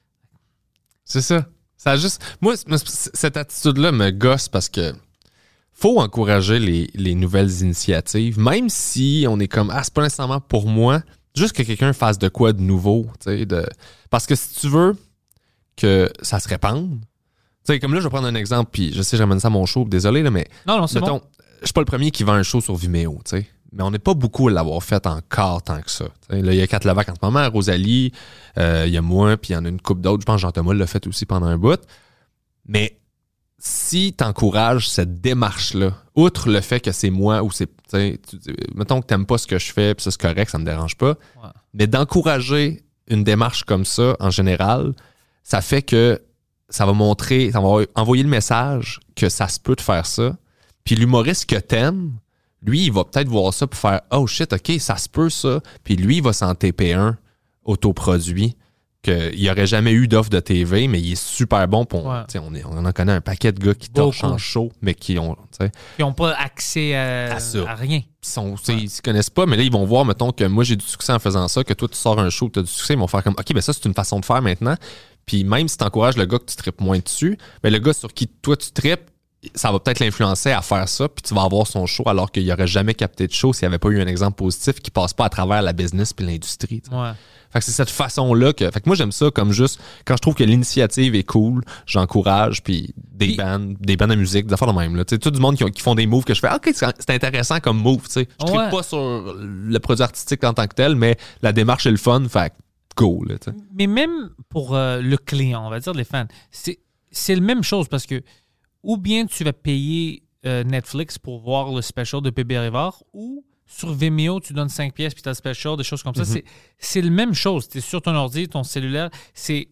C'est ça. Ça a juste... Moi, cette attitude-là me gosse parce que faut encourager les, les nouvelles initiatives, même si on est comme, ah, c'est pas nécessairement pour moi. Juste que quelqu'un fasse de quoi de nouveau. De... Parce que si tu veux que ça se répande, tu sais, comme là, je vais prendre un exemple, puis je sais, je ramène ça à mon show, désolé, là, mais... Non, non, c'est mettons, bon. Je suis pas le premier qui vend un show sur Vimeo, tu sais. Mais on n'est pas beaucoup à l'avoir fait encore tant que ça. T'sais. Là, il y a Kat Levac en ce moment, Rosalie, euh, il y a moi, puis il y en a une couple d'autres. Je pense que Jean-Thomas l'a fait aussi pendant un bout. Mais si tu encourages cette démarche-là, outre le fait que c'est moi ou c'est... Tu, mettons que tu n'aimes pas ce que je fais, puis ça, c'est correct, ça me dérange pas. Ouais. Mais d'encourager une démarche comme ça, en général, ça fait que ça va montrer, ça va envoyer le message que ça se peut de faire ça. Puis l'humoriste que t'aimes, lui, il va peut-être voir ça pour faire « Oh shit, OK, ça se peut ça. » Puis lui, il va s'en T P un autoproduit, qu'il n'y aurait jamais eu d'offre de T V, mais il est super bon. Pour, ouais. on, est, on en connaît un paquet de gars qui torchent en show, mais qui ont... Qui n'ont pas accès à, à, à rien. Ils sont, ouais. Ils se connaissent pas, mais là, ils vont voir, mettons, que moi, j'ai du succès en faisant ça, que toi, tu sors un show, tu as du succès, ils vont faire comme « OK, ben ça, c'est une façon de faire maintenant. » Puis même si tu encourages le gars que tu tripes moins dessus, ben le gars sur qui toi tu tripes, ça va peut-être l'influencer à faire ça, puis tu vas avoir son show alors qu'il n'aurait jamais capté de show s'il n'y avait pas eu un exemple positif qui passe pas à travers la business puis l'industrie. Ouais. Fait que c'est cette façon-là que. Fait que moi, j'aime ça comme juste. Quand je trouve que l'initiative est cool, j'encourage, puis des puis, bandes, des bandes de musique, des affaires de même. Tu sais, tout du monde qui, qui font des moves que je fais, OK, c'est, c'est intéressant comme move, tu sais. Je ne tripe pas sur le produit artistique en tant que tel, mais la démarche est le fun, fait go. Là, mais même pour euh, le client, on va dire les fans, c'est, c'est la même chose parce que ou bien tu vas payer euh, Netflix pour voir le special de P B Rivard ou sur Vimeo, tu donnes cinq pièces puis tu as le special, des choses comme ça. Mm-hmm. C'est, c'est la même chose. Tu es sur ton ordi, ton cellulaire, c'est,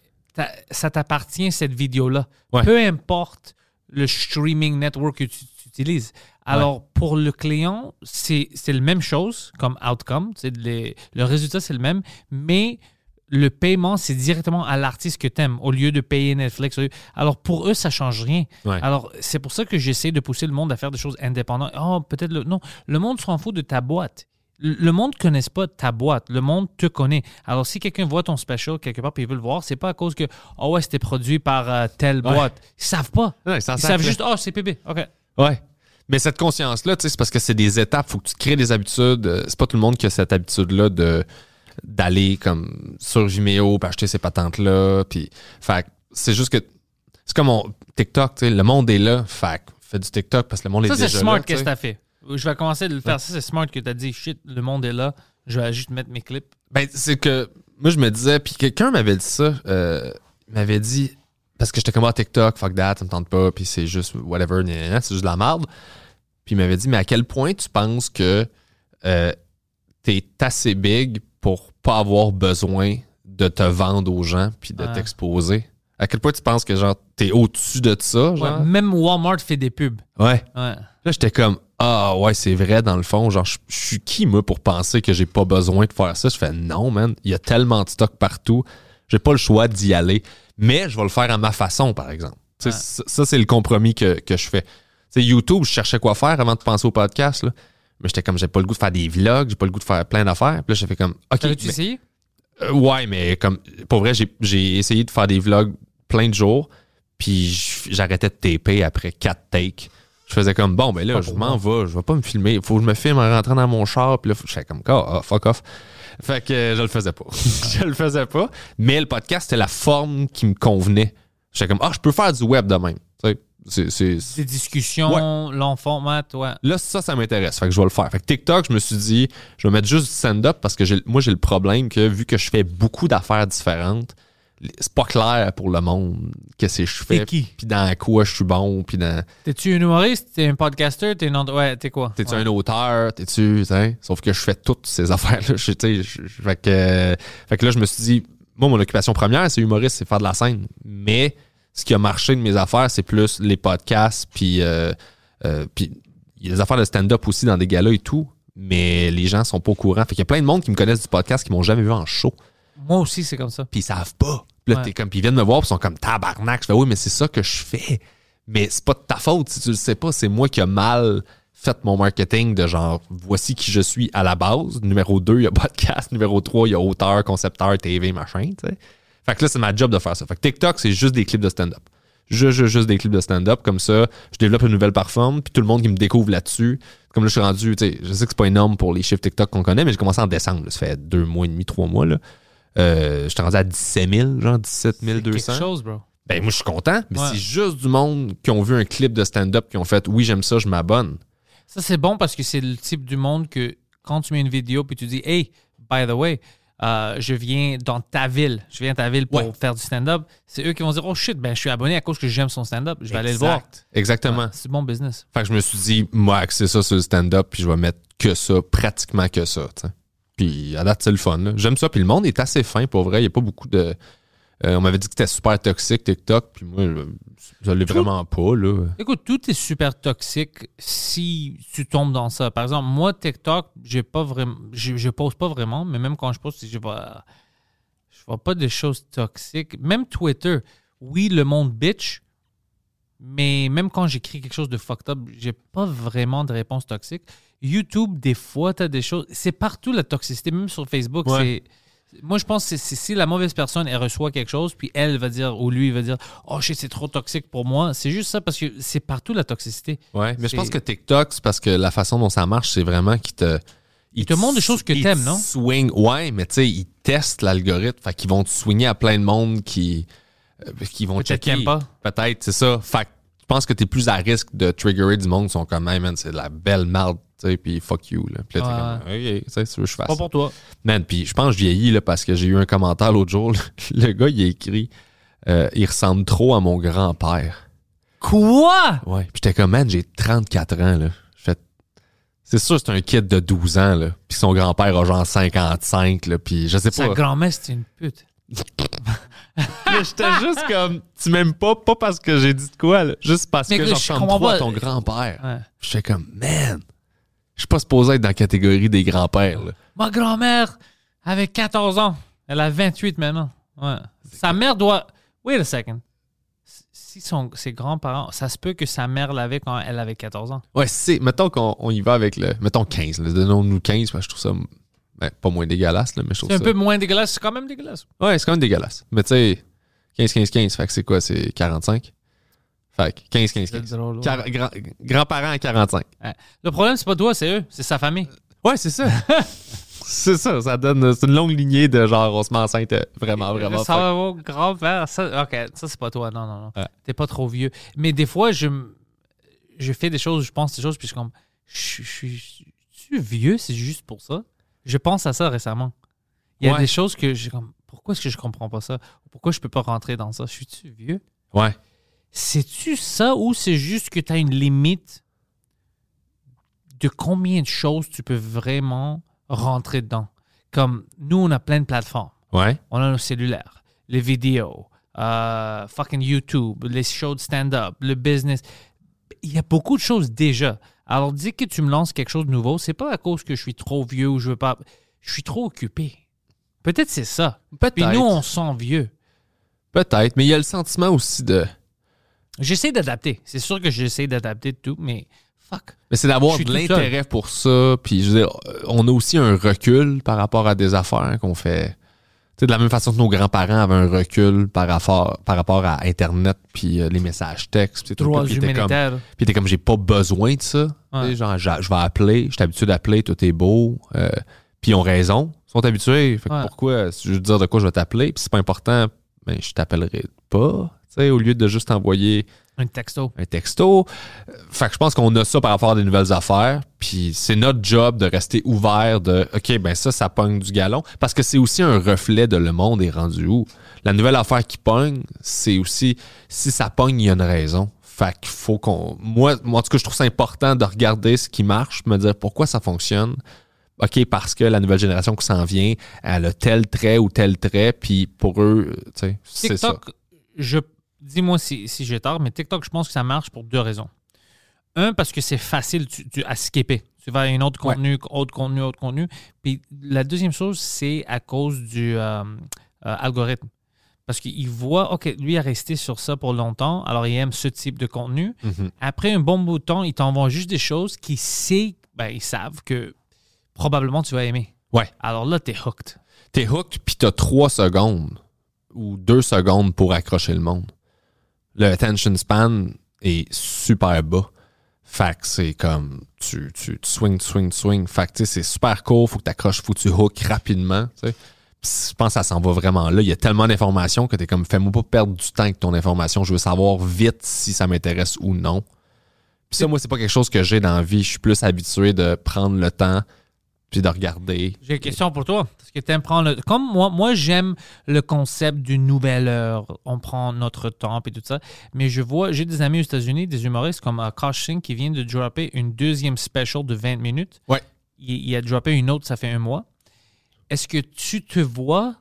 ça t'appartient cette vidéo-là. Ouais. Peu importe le streaming network que tu, tu utilises. Alors, ouais. pour le client, c'est, c'est la même chose comme outcome. C'est les, le résultat, c'est le même, mais le paiement, c'est directement à l'artiste que tu aimes au lieu de payer Netflix. Alors, pour eux, ça ne change rien. Ouais. Alors, c'est pour ça que j'essaie de pousser le monde à faire des choses indépendantes. Oh, peut-être... Le... Non, le monde s'en fout de ta boîte. Le monde ne connaît pas ta boîte. Le monde te connaît. Alors, si quelqu'un voit ton special quelque part et il veut le voir, c'est pas à cause que « Oh ouais, c'était produit par euh, telle boîte. Ouais. » Ils savent pas. Ouais, ils, ils savent juste « Oh, c'est P B. » OK. Ouais. Mais cette conscience-là, tu sais, c'est parce que c'est des étapes. Il faut que tu crées des habitudes. C'est pas tout le monde qui a cette habitude-là de... d'aller comme sur Vimeo puis acheter ces patentes-là. Puis, fait c'est juste que c'est comme on, TikTok, tu sais, le monde est là. Fait fais du TikTok parce que le monde ça, est déjà là. Ça, c'est smart qu'est-ce que t'as fait. Je vais commencer à le faire. Ouais. Ça, c'est smart que t'as dit, shit, le monde est là. Je vais juste mettre mes clips. Ben, c'est que moi, je me disais, puis quelqu'un m'avait dit ça. Euh, il m'avait dit, parce que j'étais comme à TikTok, fuck that, ça me tente pas, puis c'est juste whatever, c'est juste de la merde. Puis il m'avait dit, mais à quel point tu penses que euh, t'es assez big pour pas avoir besoin de te vendre aux gens puis de ouais. t'exposer? À quel point tu penses que genre t'es au-dessus de ça? Genre? Ouais, même Walmart fait des pubs. Ouais. ouais. Là, j'étais comme ah ouais, c'est vrai dans le fond. Genre, je suis qui, moi, pour penser que j'ai pas besoin de faire ça? Je fais non, man. Il y a tellement de stock partout. J'ai pas le choix d'y aller. Mais je vais le faire à ma façon, par exemple. Ouais. Ça, ça, c'est le compromis que, que je fais. T'sais, YouTube, je cherchais quoi faire avant de penser au podcast, là. Mais j'étais comme, j'ai pas le goût de faire des vlogs, j'ai pas le goût de faire plein d'affaires. Puis là, j'ai fait comme, OK. T'avais-tu mais, essayé? Euh, ouais, mais comme, pour vrai, j'ai, j'ai essayé de faire des vlogs plein de jours, puis j'arrêtais de taper après quatre takes. Je faisais comme, bon, ben là, pas je m'en vais, je vais pas me filmer. Il faut que je me filme en rentrant dans mon char, puis là, je fais comme, oh, fuck off. Fait que euh, je le faisais pas. je le faisais pas. Mais le podcast, c'était la forme qui me convenait. J'étais comme, ah, oh, je peux faire du web de même. Tu sais. C'est, c'est, c'est... Des discussions, ouais. long format, ouais. Là, ça, ça m'intéresse. Fait que je vais le faire. Fait que TikTok, je me suis dit, je vais mettre juste du stand-up parce que j'ai, moi, j'ai le problème que vu que je fais beaucoup d'affaires différentes, c'est pas clair pour le monde qu'est-ce que je fais. T'es qui? Puis dans quoi je suis bon. Puis dans... T'es-tu un humoriste? T'es un podcaster? T'es un... Ouais, t'es quoi? T'es-tu ouais. un auteur? T'es-tu... T'sais? Sauf que je fais toutes ces affaires-là. Je, je, je, fait, que, fait que là, je me suis dit, moi, mon occupation première, c'est humoriste, c'est faire de la scène. Mais... ce qui a marché de mes affaires, c'est plus les podcasts, puis euh, euh, puis il y a des affaires de stand-up aussi dans des galas et tout, mais les gens sont pas au courant. Fait qu'il y a plein de monde qui me connaissent du podcast qui m'ont jamais vu en show. Moi aussi, c'est comme ça. Puis ils savent pas. Puis là, ouais. t'es comme, puis ils viennent me voir, puis ils sont comme tabarnak. Je fais oui, mais c'est ça que je fais. Mais c'est pas de ta faute si tu le sais pas. C'est moi qui a mal fait mon marketing de genre, voici qui je suis à la base. Numéro deux, il y a podcast. Numéro trois, il y a auteur, concepteur, T V, machin, tu sais. Fait que là, c'est ma job de faire ça. Fait que TikTok, c'est juste des clips de stand-up. Juste, juste, juste des clips de stand-up. Comme ça, je développe une nouvelle plateforme, puis tout le monde qui me découvre là-dessus. Comme là, je suis rendu, tu sais, je sais que c'est pas énorme pour les chiffres TikTok qu'on connaît, mais j'ai commencé en décembre. Là, ça fait deux mois et demi, trois mois. Là. Euh, j'étais rendu à dix-sept mille, genre dix-sept mille deux cents. C'est quelque chose, bro. Ben, moi, je suis content, mais ouais. c'est juste du monde qui ont vu un clip de stand-up, qui ont fait, oui, j'aime ça, je m'abonne. Ça, c'est bon parce que c'est le type du monde que quand tu mets une vidéo, puis tu dis, hey, by the way, Euh, je viens dans ta ville. Je viens à ta ville pour ouais. faire du stand-up. C'est eux qui vont dire, oh shit, ben je suis abonné à cause que j'aime son stand-up. Je vais exact. aller le voir. Exactement. Ouais, c'est bon business. Fait que je me suis dit, moi, axer ça sur le stand-up, puis je vais mettre que ça, pratiquement que ça. T'sais. Puis à date, c'est le fun. Là. J'aime ça. Puis le monde est assez fin, pour vrai. Il n'y a pas beaucoup de... Euh, on m'avait dit que c'était super toxique, TikTok. Puis moi, je ne l'ai vraiment pas. Là. Écoute, tout est super toxique si tu tombes dans ça. Par exemple, moi, TikTok, j'ai pas vraiment, je, je pose pas vraiment, mais même quand je pose, je vois, je vois pas de choses toxiques. Même Twitter, oui, le monde bitch, mais même quand j'écris quelque chose de fucked up, j'ai pas vraiment de réponse toxique. YouTube, des fois, tu as des choses... C'est partout la toxicité, même sur Facebook, ouais. c'est... Moi, je pense que c'est, c'est, si la mauvaise personne, elle reçoit quelque chose, puis elle va dire, ou lui, il va dire, oh shit, c'est trop toxique pour moi. C'est juste ça parce que c'est partout la toxicité. Ouais, mais c'est... je pense que TikTok, c'est parce que la façon dont ça marche, c'est vraiment qu'il te. Il, il te montre des choses que t'aimes, non? Swing, ouais, mais tu sais, ils testent l'algorithme, fait qu'ils vont te swinger à plein de monde qui, euh, qui vont peut-être checker. Qu'ils pas. Peut-être, c'est ça. Fait que je pense que t'es plus à risque de triggerer du monde qui sont comme, hey man, c'est de la belle merde tu sais, puis fuck you, là. Puis là, t'es comme, OK, tu sais, tu veux que je fasse Pas ça. pour toi. Man, puis je pense que je vieillis, là, parce que j'ai eu un commentaire l'autre jour. Le gars, il a écrit euh, il ressemble trop à mon grand-père. Quoi? Ouais. Puis j'étais comme, man, j'ai trente-quatre ans, là. Fait, c'est sûr, c'est un kid de douze ans, là. Puis son grand-père a genre cinquante-cinq, là. Puis je sais pas. Sa grand-mère, c'est une pute. Là, j'étais juste comme, tu m'aimes pas, pas parce que j'ai dit de quoi, là. Juste parce Mais que que je je ressemble comprends trop pas. à ton grand-père. Ouais. J'étais comme, man, je suis pas supposé être dans la catégorie des grands-pères, là. Ma grand-mère avait quatorze ans. Elle a vingt-huit maintenant. Ouais. Sa mère doit... Wait a second. Si son, ses grands-parents... Ça se peut que sa mère l'avait quand elle avait quatorze ans. Ouais, c'est... Mettons qu'on on y va avec le... Mettons quinze, là. Donnons-nous quinze, parce que je trouve ça... Ben, pas moins dégueulasse, là, mais je trouve C'est un ça... peu moins dégueulasse. C'est quand même dégueulasse. Ouais, c'est quand même dégueulasse. Mais tu sais, quinze, quinze, quinze, fait que c'est quoi? C'est quarante-cinq? Fait que quinze, quinze, quinze. C'est drôle, ouais. Quar- grand- grands-parents à quarante-cinq. Ouais. Le problème, c'est pas toi, c'est eux. C'est sa famille. Ouais, c'est ça. C'est ça, ça donne... C'est une longue lignée de genre, on se met enceinte euh, vraiment, vraiment. Ça va au grand-père. Ça, OK, ça, c'est pas toi. Non, non, non. Ouais. T'es pas trop vieux. Mais des fois, je, m- je fais des choses, je pense des choses, puis je suis comme... Je je suis tu vieux, c'est juste pour ça? Je pense à ça récemment. Il y a Ouais. des choses que j'ai comme... Pourquoi est-ce que je comprends pas ça? Pourquoi je peux pas rentrer dans ça? Je suis-tu vieux? Ouais. C'est-tu ça ou c'est juste que tu as une limite de combien de choses tu peux vraiment rentrer dedans? Comme nous, on a plein de plateformes. Ouais. On a nos cellulaires, les vidéos, euh, fucking YouTube, les shows de stand-up, le business. Il y a beaucoup de choses déjà. Alors, dis que tu me lances quelque chose de nouveau, c'est pas à cause que je suis trop vieux ou je veux pas... Je suis trop occupé. Peut-être c'est ça. Peut-être. Puis nous, on se sent vieux. Peut-être, mais il y a le sentiment aussi de... J'essaie d'adapter. C'est sûr que j'essaie d'adapter tout, mais fuck. Mais c'est d'avoir Je suis de tout l'intérêt pour ça. Puis, je veux dire, on a aussi un recul par rapport à des affaires qu'on fait. Tu sais, de la même façon que nos grands-parents avaient un recul par rapport, par rapport à Internet, puis euh, les messages textes. Puis Droits puis t'es comme, humanitaires. puis t'es comme, j'ai pas besoin de ça. Ouais. Tu sais, genre, j'a- je vais appeler, je suis habitué d'appeler, tout est beau. Euh, puis ils ont raison, ils sont habitués. Fait que Ouais. pourquoi, si je veux te dire de quoi je vais t'appeler, puis c'est pas important, ben, je t'appellerai pas. Tu sais, au lieu de juste envoyer Un texto. un texto. Euh, Fait que je pense qu'on a ça par rapport à des nouvelles affaires. Puis c'est notre job de rester ouvert de OK, ben ça, ça pogne du galon. Parce que c'est aussi un reflet de le monde est rendu où. La nouvelle affaire qui pogne, c'est aussi si ça pogne, il y a une raison. Fait qu'il faut qu'on. Moi, moi, en tout cas, je trouve ça important de regarder ce qui marche, me dire pourquoi ça fonctionne. OK, parce que la nouvelle génération qui s'en vient, elle a tel trait ou tel trait, puis pour eux, tu sais, c'est ça. TikTok, je, dis-moi si, si j'ai tort, mais TikTok, je pense que ça marche pour deux raisons. Un, parce que c'est facile tu, tu- à skipper. Tu vas à un autre Ouais. contenu, autre contenu, autre contenu. Puis la deuxième chose, c'est à cause du euh, euh, algorithme. Parce qu'il voit, OK, lui a resté sur ça pour longtemps, alors il aime ce type de contenu. Mhm. Après un bon bout de temps, il t'envoie juste des choses qu'ils sait, ben, ils savent que probablement tu vas aimer. Ouais. Alors là, t'es hooked. T'es hooked, puis t'as trois secondes ou deux secondes pour accrocher le monde. Le attention span est super bas. Fait que c'est comme, tu, tu, tu swing, tu swing, tu swing. Fait que tu sais, c'est super court, faut que t'accroches, faut que tu hook rapidement, tu sais. Puis je pense que ça s'en va vraiment là. Il y a tellement d'informations que t'es comme, fais-moi pas perdre du temps avec ton information. Je veux savoir vite si ça m'intéresse ou non. Puis ça, moi, c'est pas quelque chose que j'ai dans la vie. Je suis plus habitué de prendre le temps puis de regarder. J'ai une question pour toi. Parce que t'aimes prendre le... Comme moi, moi j'aime le concept d'une nouvelle heure. On prend notre temps et tout ça. Mais je vois, j'ai des amis aux États-Unis, des humoristes comme uh, Kosh Singh qui vient de dropper une deuxième special de vingt minutes. Ouais. Il, il a droppé une autre, ça fait un mois. Est-ce que tu te vois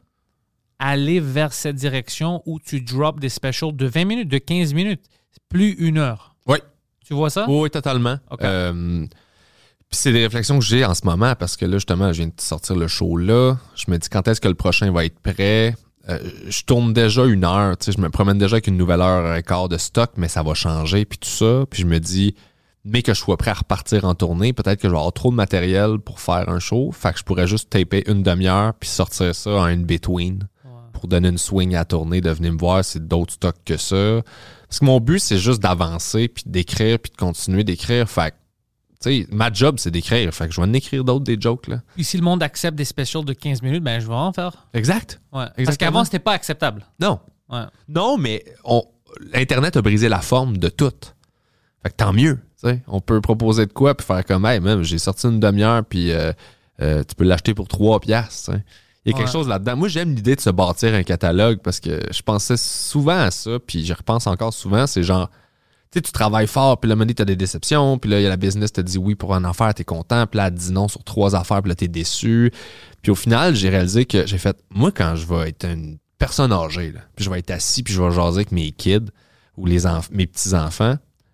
aller vers cette direction où tu drops des specials de vingt minutes, de quinze minutes, plus une heure? Oui. Tu vois ça? Oui, totalement. OK. Euh, Puis c'est des réflexions que j'ai en ce moment parce que là, justement, je viens de sortir le show là. Je me dis quand est-ce que le prochain va être prêt. Euh, je tourne déjà une heure. Tu sais, je me promène déjà avec une nouvelle heure et quart de stock, mais ça va changer. Puis tout ça. Puis je me dis, mais que je sois prêt à repartir en tournée, peut-être que je vais avoir trop de matériel pour faire un show. Fait que je pourrais juste taper une demi-heure puis sortir ça en une between pour donner une swing à la tournée, de venir me voir si d'autres stocks que ça. Parce que mon but, c'est juste d'avancer puis d'écrire puis de continuer d'écrire. Fait que tu sais, ma job, c'est d'écrire. Fait que je vais en écrire d'autres, des jokes, là. Puis si le monde accepte des specials de quinze minutes, ben je vais en faire. Exact. Ouais. Parce Exactement. qu'avant, c'était pas acceptable. Non. Ouais. Non, mais on, Internet a brisé la forme de tout. Fait que tant mieux. T'sais, on peut proposer de quoi puis faire comme, hey, même, j'ai sorti une demi-heure puis euh, euh, tu peux l'acheter pour trois piastres. Il y a quelque Ouais. chose là-dedans. Moi, j'aime l'idée de se bâtir un catalogue parce que je pensais souvent à ça puis je repense encore souvent. C'est genre, tu sais, tu travailles fort puis là, tu as des déceptions puis là, il y a la business te dit oui pour une affaire, t'es content puis là, elle te dit non sur trois affaires puis là, t'es déçu. Puis au final, j'ai réalisé que j'ai fait, moi, quand je vais être une personne âgée, là, puis je vais être assis puis je vais jaser avec mes kids ou les enf- mes petits-enfants,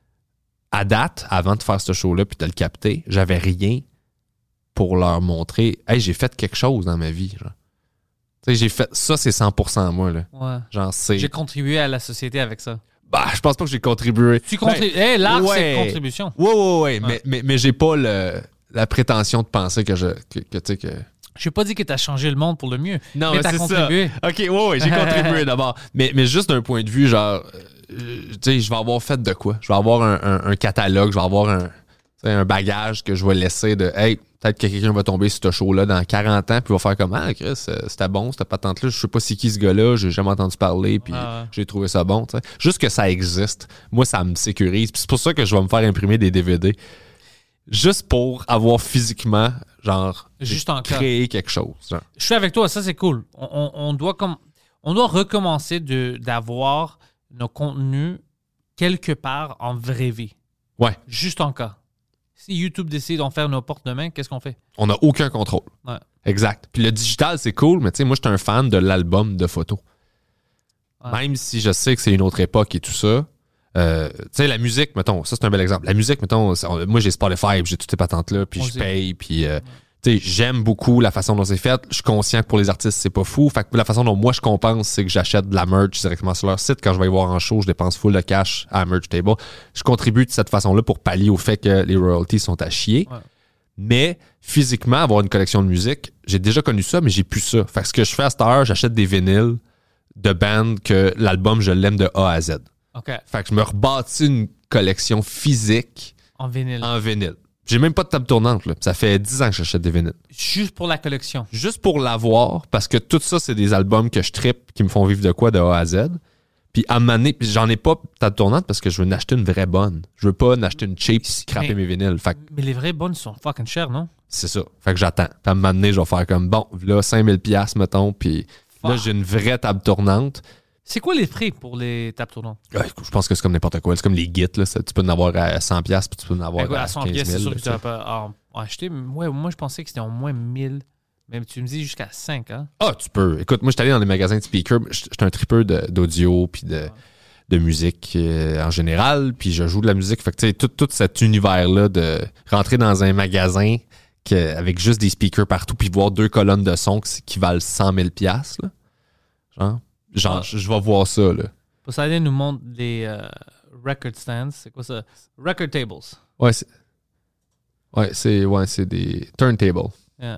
à date, avant de faire ce show-là puis de le capter, j'avais rien pour leur montrer, hey, j'ai fait quelque chose dans ma vie. Genre. Tu sais, j'ai fait ça, c'est cent pour cent moi. Là. Ouais. Genre, c'est. J'ai contribué à la société avec ça. Bah, je pense pas que j'ai contribué. Tu contribues. Hey, l'art, ouais. c'est une contribution. Ouais, ouais, ouais. Ouais. Mais, mais, mais j'ai pas le, la prétention de penser que je. Que, que, tu sais, que... Je n'ai pas dit que tu as changé le monde pour le mieux. Non, mais mais tu as c'est contribué. ça. OK, ouais, ouais, j'ai contribué d'abord. Mais, mais juste d'un point de vue, genre, euh, tu sais, je vais avoir fait de quoi? Je vais avoir un, un, un catalogue, je vais avoir un, un bagage que je vais laisser de, hey, peut-être que quelqu'un va tomber sur ce show-là dans quarante ans, puis va faire comme, ah, Chris, c'était bon, cette patente-là, je sais pas c'est qui ce gars-là, j'ai jamais entendu parler, puis Ah ouais. j'ai trouvé ça bon, tu sais. Juste que ça existe, moi, ça me sécurise. Puis c'est pour ça que je vais me faire imprimer des D V D. Juste pour avoir physiquement, genre, Juste en cas. créé quelque chose. Genre. Je suis avec toi, ça c'est cool. On, on- on doit comme, on doit recommencer de, d'avoir nos contenus quelque part en vraie vie. Ouais. Juste en cas. Si YouTube décide d'en faire nos portes demain, qu'est-ce qu'on fait? On n'a aucun contrôle. Ouais. Exact. Puis le digital, c'est cool, mais tu sais, moi, je suis un fan de l'album de photos. Ouais. Même si je sais que c'est une autre époque et tout ça. Euh, tu sais, la musique, mettons, ça, c'est un bel exemple. La musique, mettons, ça- on- moi, j'ai Spotify, puis j'ai toutes ces patentes-là, puis Moi je aussi. paye, puis... euh, tu sais, j'aime beaucoup la façon dont c'est fait. Je suis conscient que pour les artistes, c'est pas fou. Fait que la façon dont moi, je compense, c'est que j'achète de la merch directement sur leur site. Quand je vais y voir en show, je dépense full de cash à la merch table. Je contribue de cette façon-là pour pallier au fait que les royalties sont à chier. Ouais. Mais physiquement, avoir une collection de musique, j'ai déjà connu ça, mais j'ai plus ça. Fait que ce que je fais à cette heure, j'achète des vinyles de bands que l'album, je l'aime de A à Z. OK. Fait que je me rebâtis une collection physique En vinyle. en vinyle. J'ai même pas de table tournante, là. Ça fait dix ans que j'achète des vinyles. Juste pour la collection. Juste pour l'avoir, parce que tout ça, c'est des albums que je trippe, qui me font vivre de quoi de A à Z. Puis à un moment donné, puis j'en ai pas de table tournante parce que je veux en acheter une vraie bonne. Je veux pas en acheter une cheap, scraper Mais- mes vinyles. Fait que Mais les vraies bonnes sont fucking chères, non? c'est ça. Fait que j'attends. Puis à un moment donné, je vais faire comme, bon, là, cinq mille dollars, mettons, puis là, Fuck. j'ai une vraie table tournante. C'est quoi les prix pour les tables tournantes? Ouais, je pense que c'est comme n'importe quoi. C'est comme les Git, là. Ça, tu peux en avoir à cent dollars, puis tu peux en avoir Écoute, à à cent quinze pièces, c'est mille. sûr que là, tu vas pas en, en acheter. Mais ouais, moi, je pensais que c'était au moins mille. Mais tu me dis jusqu'à cinq, hein? Ah, tu peux. Écoute, moi, je suis allé dans des magasins de speakers. Je suis un tripeur de- d'audio puis de, de musique euh, en général. Puis je joue de la musique. Fait que, tu sais, tout, tout cet univers-là de rentrer dans un magasin que, avec juste des speakers partout puis voir deux colonnes de son qui, qui valent cent mille dollars, là. Genre, genre Ah. je, je vais voir ça, là. Poseidon nous montre les euh, record stands. C'est quoi ça? Record tables. Ouais, c'est... Ouais, c'est, ouais, c'est des turntables. Yeah.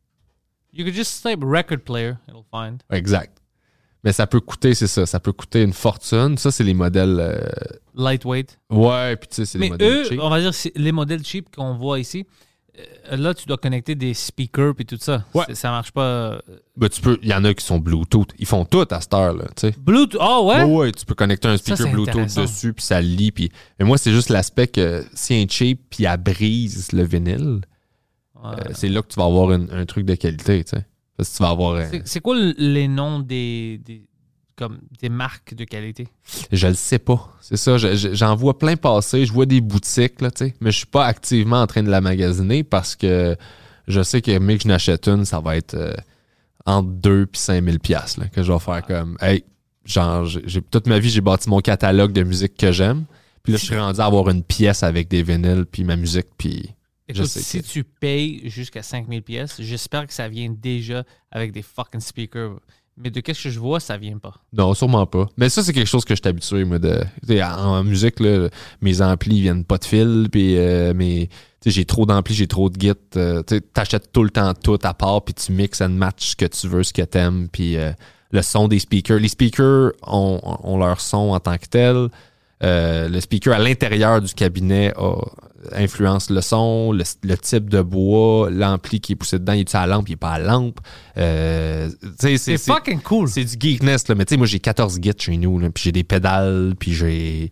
You could just type record player, it'll find. Exact. Mais ça peut coûter, c'est ça, ça peut coûter une fortune. Ça, c'est les modèles... euh, Lightweight. Ouais, puis tu sais, c'est les Mais modèles eux, cheap. on va dire, c'est les modèles cheap qu'on voit ici. euh, Là, tu dois connecter des speakers et tout ça. Ouais. C'est- Ça marche pas. euh, Ben, tu peux... Il y en a qui sont Bluetooth. Ils font tout à cette heure, là, tu sais. Bluetooth. Oh, ouais? Ouais, ouais, tu peux connecter un speaker Ça, c'est Bluetooth intéressant. dessus, puis ça lit. Puis... Mais moi, c'est juste l'aspect que si un cheap, puis elle brise le vinyle, Ouais. euh, c'est là que tu vas avoir un, un truc de qualité, tu sais. Parce que tu vas avoir... un- C'est- C'est quoi le- les noms des, des, comme des marques de qualité? Je le sais pas. C'est ça, je- je- j'en vois plein passer. Je vois des boutiques, là, tu sais. Mais je suis pas activement en train de la magasiner parce que je sais que, mais que je n'achète une, ça va être euh, entre deux et cinq mille piastres, là, que je vais faire comme, hey, genre, j'ai, j'ai- toute ma vie, j'ai bâti mon catalogue de musique que j'aime. Puis là, je suis rendu à avoir une pièce avec des vinyles, puis ma musique, puis je Écoute, sais si que- tu payes jusqu'à cinq mille pièces, j'espère que ça vient déjà avec des fucking speakers. Mais de qu'est-ce que je vois, ça vient pas. Non, sûrement pas. Mais ça, c'est quelque chose que je suis habitué, moi, de. Tu sais, en, en musique, là, mes amplis viennent pas de fil, puis euh, mes. Tu sais, j'ai trop d'amplis, j'ai trop de git. euh, tu sais, t'achètes tout le temps tout à part, puis tu mixes and match ce que tu veux, ce que t'aimes, puis euh, le son des speakers. Les speakers ont, ont leur son en tant que tel. Euh, le speaker à l'intérieur du cabinet a, influence le son, le, le type de bois, l'ampli qui est poussé dedans, il est à la lampe, il est pas à la lampe. Euh, tu sais, C'est fucking cool. c'est du geekness, là. Mais tu sais, moi, j'ai quatorze gits chez nous, là, puis j'ai des pédales, puis j'ai...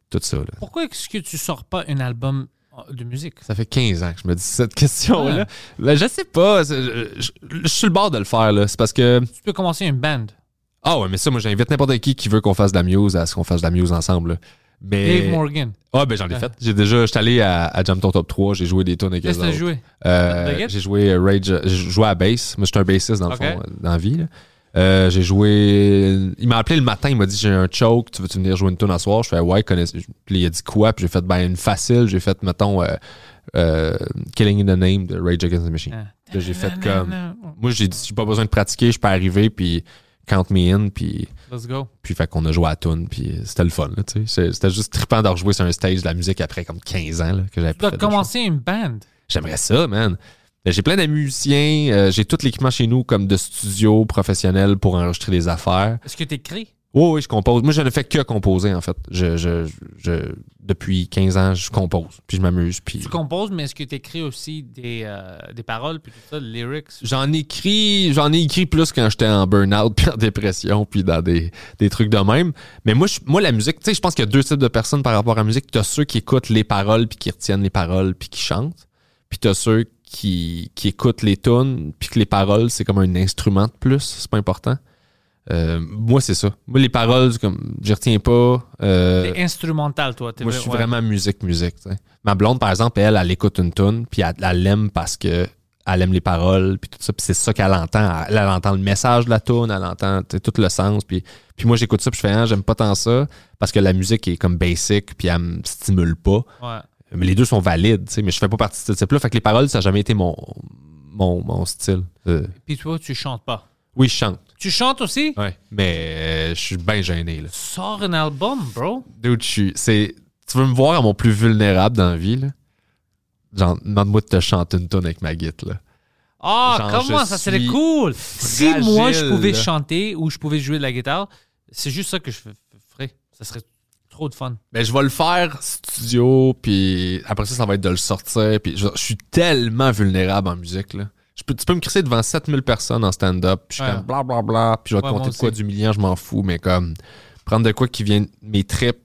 tout ça. Là. Pourquoi est-ce que tu sors pas un album de musique? Ça fait quinze ans que je me dis cette question-là. Ouais. Ben, je sais pas. Je, je, je suis sur le bord de le faire. Là. C'est parce que... Tu peux commencer une band. Ah ouais, mais ça, moi, j'invite n'importe qui qui veut qu'on fasse de la muse à ce qu'on fasse de la muse ensemble. Là. Mais... Dave Morgan. Ah, ben j'en ai fait. J'ai déjà... J'étais allé à, à Jam Ton Top trois. J'ai joué des tunes avec Qu'est-ce eux que t'as autres. joué? Euh, j'ai joué Rage... J'ai joué à la bass. Moi, j'étais un bassiste, dans le Okay. fond, dans la vie. Là. Euh, j'ai joué... Il m'a appelé le matin, il m'a dit « J'ai un choke, tu veux-tu venir jouer une tune à soir? » Je fais « Ouais, connais... » Puis il a dit quoi? Puis j'ai fait ben une facile. J'ai fait, mettons, euh, euh, Killing in the Name de Rage Against the Machine. Ah. Là, j'ai fait comme... Moi, j'ai dit « J'ai pas besoin de pratiquer, je peux arriver, puis count me in, puis... » Let's go. Puis fait qu'on a joué à la tune, puis c'était le fun, là, tu sais. C'était juste trippant de rejouer sur un stage de la musique après comme quinze ans, là, que j'avais Tu dois fait de commencer une band. choses. J'aimerais ça, man. J'ai plein d'amis musiciens, euh, j'ai tout l'équipement chez nous comme de studio professionnel pour enregistrer des affaires. Est-ce que t'écris? Oui, oui, je compose. Moi, je ne fais que composer, en fait. Je, je, je, depuis quinze ans, je compose, puis je m'amuse. Puis... Tu composes, mais est-ce que t'écris aussi des, euh, des paroles, puis tout ça, des lyrics? J'en écris, j'en ai écrit plus quand j'étais en burn-out, puis en dépression, puis dans des, des trucs de même. Mais moi, je, moi la musique, tu sais, je pense qu'il y a deux types de personnes par rapport à la musique. T'as ceux qui écoutent les paroles, puis qui retiennent les paroles, puis qui chantent. Puis t'as ceux qui, qui écoutent les tunes, puis que les paroles, c'est comme un instrument de plus. C'est pas important. Euh, moi, c'est ça. Moi, les paroles, c'est comme, je retiens pas. Euh, T'es instrumental, toi. T'es moi, vrai- je suis ouais. vraiment musique, musique. T'sais. Ma blonde, par exemple, elle, elle écoute une tune, puis elle, elle l'aime parce que elle aime les paroles, puis tout ça, puis c'est ça qu'elle entend. Elle, elle entend le message de la tune, elle entend tout le sens, puis puis moi, j'écoute ça, puis je fais, ah, j'aime pas tant ça, parce que la musique est comme basic, puis elle me stimule pas. Ouais. Mais les deux sont valides, tu sais, mais je fais pas partie de ce type-là. Fait que les paroles, ça n'a jamais été mon, mon, mon style. Euh, Puis toi, tu chantes pas. oui, je chante. Tu chantes aussi? Ouais. Mais euh, je suis bien gêné, là. Sors un album, bro. Dude, je suis. C'est. Tu veux me voir à mon plus vulnérable dans la vie, là? Genre, demande-moi de te chanter une tonne avec ma guitare, là. Ah, Genre, comment je ça serait suis cool. Si fragile, moi, je pouvais là. chanter ou je pouvais jouer de la guitare, c'est juste ça que je f- f- ferais. Ça serait trop de fun. Ben, je vais le faire studio, puis après ça, ça va être de le sortir. Puis je, je suis tellement vulnérable en musique, là. Je peux, tu peux me crisser devant sept mille personnes en stand-up, puis je suis Ouais. comme blablabla, bla, bla, puis je vais te Ouais, moi compter de quoi aussi. d'humiliant, je m'en fous, mais comme prendre de quoi qui vient de mes tripes,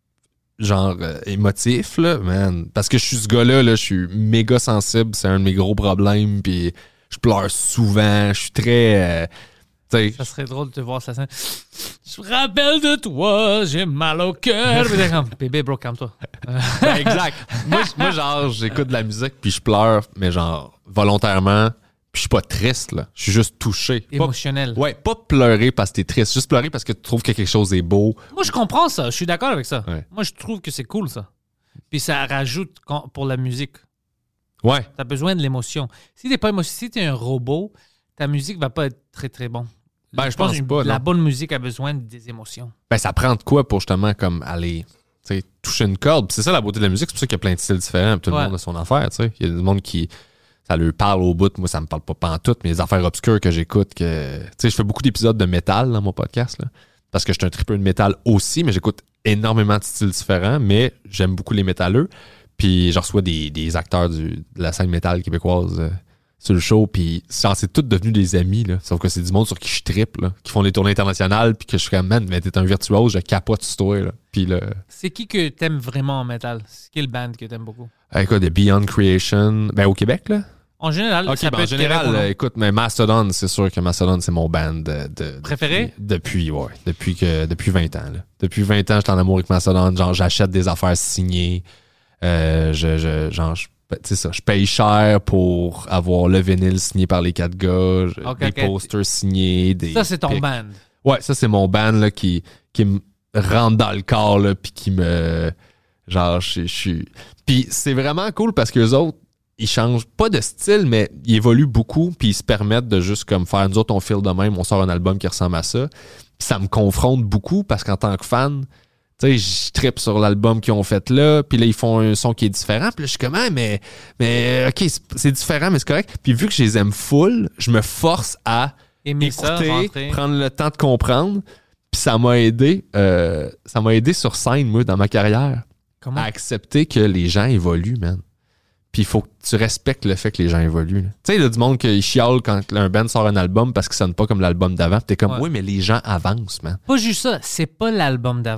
genre euh, émotifs, là, man. Parce que je suis ce gars-là, là, je suis méga sensible, c'est un de mes gros problèmes, puis je pleure souvent, je suis très. Euh, tu sais, Ça serait drôle de te voir ça. scène. Je me rappelle de toi, j'ai mal au cœur. Puis t'es comme, bébé, bro, calme-toi. ben, exact. moi, j- moi, genre, j'écoute de la musique, puis je pleure, mais genre, volontairement, puis je suis pas triste, là. Je suis juste touché. Pas- Émotionnel. ouais, pas pleurer parce que t'es triste, juste pleurer parce que tu trouves que quelque chose est beau. Moi, je comprends ça. Je suis d'accord avec ça. Ouais. Moi, je trouve que c'est cool, ça. Puis ça rajoute quand- pour la musique. Ouais. T'as besoin de l'émotion. Si t'es pas émo- si t'es un robot, ta musique va pas être très, très bon. Ben, je pense une- pas, La non. bonne musique a besoin des émotions. Ben, ça prend de quoi pour justement, comme, aller, tu sais, toucher une corde. Puis c'est ça la beauté de la musique, c'est pour ça qu'il y a plein de styles différents, puis tout Ouais. le monde a son affaire, tu sais. Il y a du monde qui. Ça leur parle au bout. Moi, ça me parle pas pantoute, mais les affaires obscures que j'écoute, que. Tu sais, je fais beaucoup d'épisodes de métal dans mon podcast, là. Parce que je suis un tripeux de métal aussi, mais j'écoute énormément de styles différents, mais j'aime beaucoup les métalleux. Puis je reçois des, des acteurs du, de la scène métal québécoise euh, sur le show, puis genre, c'est tous devenus des amis, là. Sauf que c'est du monde sur qui je trippe, là, qui font des tournées internationales, puis que je suis comme, man, mais t'es un virtuose, je capote sur toi, là. Puis là, C'est qui que t'aimes vraiment en métal? C'est quelle band que t'aimes beaucoup? euh, écoute, de Beyond Creation, ben au Québec, là. En général, Ok, ça ben, peut en être général, Québec ou non. euh, écoute, mais Mastodon, c'est sûr que Mastodon, c'est mon band de, de- Préféré? Depuis, depuis, ouais, depuis que depuis vingt ans, là. Depuis vingt ans, j'étais en amour avec Mastodon, genre j'achète des affaires signées, euh, je, je, genre, je, ben, tu sais ça, je paye cher pour avoir le vinyle signé par les quatre gars, je- Ok, des ok. posters signés, des Ça, c'est ton pics. band. Ouais, ça, c'est mon band, là, qui, qui me rentre dans le corps, là, puis qui me... Genre, je je suis... Puis c'est vraiment cool parce qu'eux autres, ils changent pas de style, mais ils évoluent beaucoup, puis ils se permettent de juste comme faire, nous autres, on file de même, on sort un album qui ressemble à ça. Puis ça me confronte beaucoup parce qu'en tant que fan, tu sais, je trippe sur l'album qu'ils ont fait là, puis là, ils font un son qui est différent, puis là, je suis comme, ah, mais, mais, OK, c'est- c'est différent, mais c'est correct. Puis vu que je les aime full, je me force à Aimer ça, écouter, rentrer. prendre le temps de comprendre, puis ça m'a aidé, euh, ça m'a aidé sur scène, moi, dans ma carrière, Comment? à accepter que les gens évoluent, man. Puis il faut que tu respectes le fait que les gens évoluent. là. Tu sais, il y a du monde qui chiale quand un band sort un album parce qu'il sonne pas comme l'album d'avant. Puis t'es comme, Ouais. oui, mais les gens avancent, man. Pas juste ça, c'est pas l'album d'avant.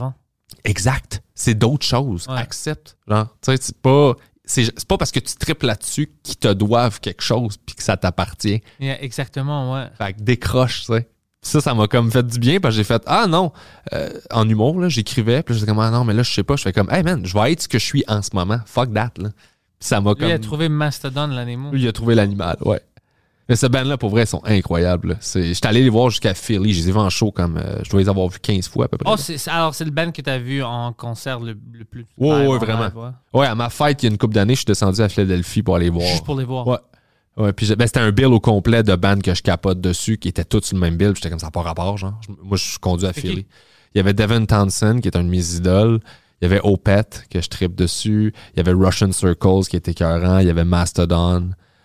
Exact. C'est d'autres choses. Ouais. Accepte. Genre, tu sais, c'est pas... C'est, c'est pas parce que tu tripes là-dessus qu'ils te doivent quelque chose puis que ça t'appartient. Yeah, exactement, ouais. Fait que décroche, tu sais. Ça, ça m'a comme fait du bien parce que j'ai fait « Ah non! Euh, » En humour, là, j'écrivais puis j'étais comme « Ah non, mais là, je sais pas. » Je fais comme « Hey man, je vais être ce que je suis en ce moment. Fuck that, là. » Puis ça m'a Lui, comme... il a trouvé Mastodon, l'animal. Lui, il a trouvé l'animal, ouais. Mais ce band-là, pour vrai, ils sont incroyables. Là. C'est... J'étais allé les voir jusqu'à Philly. Je les ai vus en show comme... Euh, je dois les avoir vus quinze fois à peu près. Oh, c'est, c'est- alors, c'est le band que tu as vu en concert le, le plus. Ouais, live, ouais, en vraiment. live, ouais. Ouais, à ma fête, il y a une couple d'années, je suis descendu à Philadelphie pour aller voir. Juste pour les voir. Ouais. Ouais, puis j'ai- ben, c'était un bill au complet de bandes que je capote dessus, qui étaient tous sur le même bill. J'étais comme ça, pas rapport, genre. Je- moi, je suis conduit à C'est Philly. qui? Il y avait Devin Townsend, qui est un de mes idoles. Il y avait Opeth, que je tripe dessus. Il y avait Russian Circles, qui était écœurant. Il y avait Mastodon.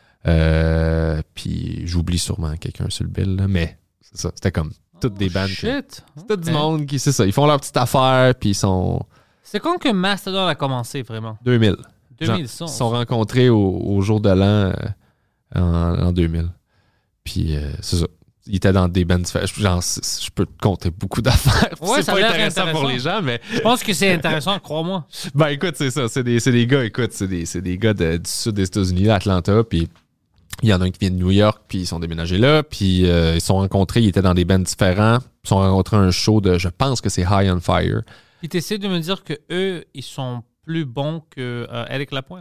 Euh, puis j'oublie sûrement quelqu'un sur le bill, là, mais c'est ça. C'était comme toutes des bandes. que- Shit. C'est tout du Ok. monde qui, c'est ça. Ils font leur petite affaire, puis ils sont C'est quand que Mastodon a commencé, vraiment? deux mille. deux mille. Genre, ils se sont rencontrés au, au jour de l'an euh, en, en deux mille. Puis euh, c'est ça. Ils étaient dans des bands différentes. Genre, c'est- je peux te compter beaucoup d'affaires. Ouais, c'est ça pas a l'air intéressant, pour intéressant. les gens, mais Je pense que c'est intéressant, crois-moi. ben écoute, c'est ça. C'est des, c'est des gars, écoute, c'est des, c'est des gars de- du sud des États-Unis, d'Atlanta, puis il y en a un qui vient de New York, puis ils sont déménagés là, puis euh, ils se sont rencontrés, ils étaient dans des bands différents, ils se sont rencontrés à un show de, je pense que c'est High on Fire. Puis tu essaies de me dire que eux, ils sont plus bons que euh, Eric Lapointe.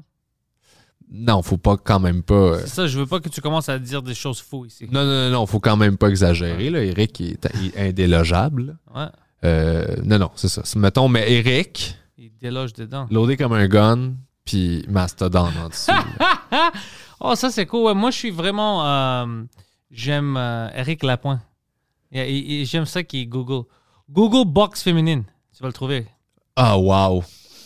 Non, faut pas quand même pas... euh, C'est ça, je veux pas que tu commences à dire des choses fous ici. Non, non, non, non, faut quand même pas exagérer, là. Eric il est, il est indélogeable. Ouais. Euh, non, non, c'est ça. C'est- Mettons, mais Eric, Ils délogent dedans. loadé comme un gun, puis Mastodon en dessous. là. Oh, ça, c'est cool. Ouais, moi, je suis vraiment... euh, j'aime euh, Eric Lapointe. Et, et- et j'aime ça qui est Google. Google Box féminine. Tu vas le trouver. Ah, wow!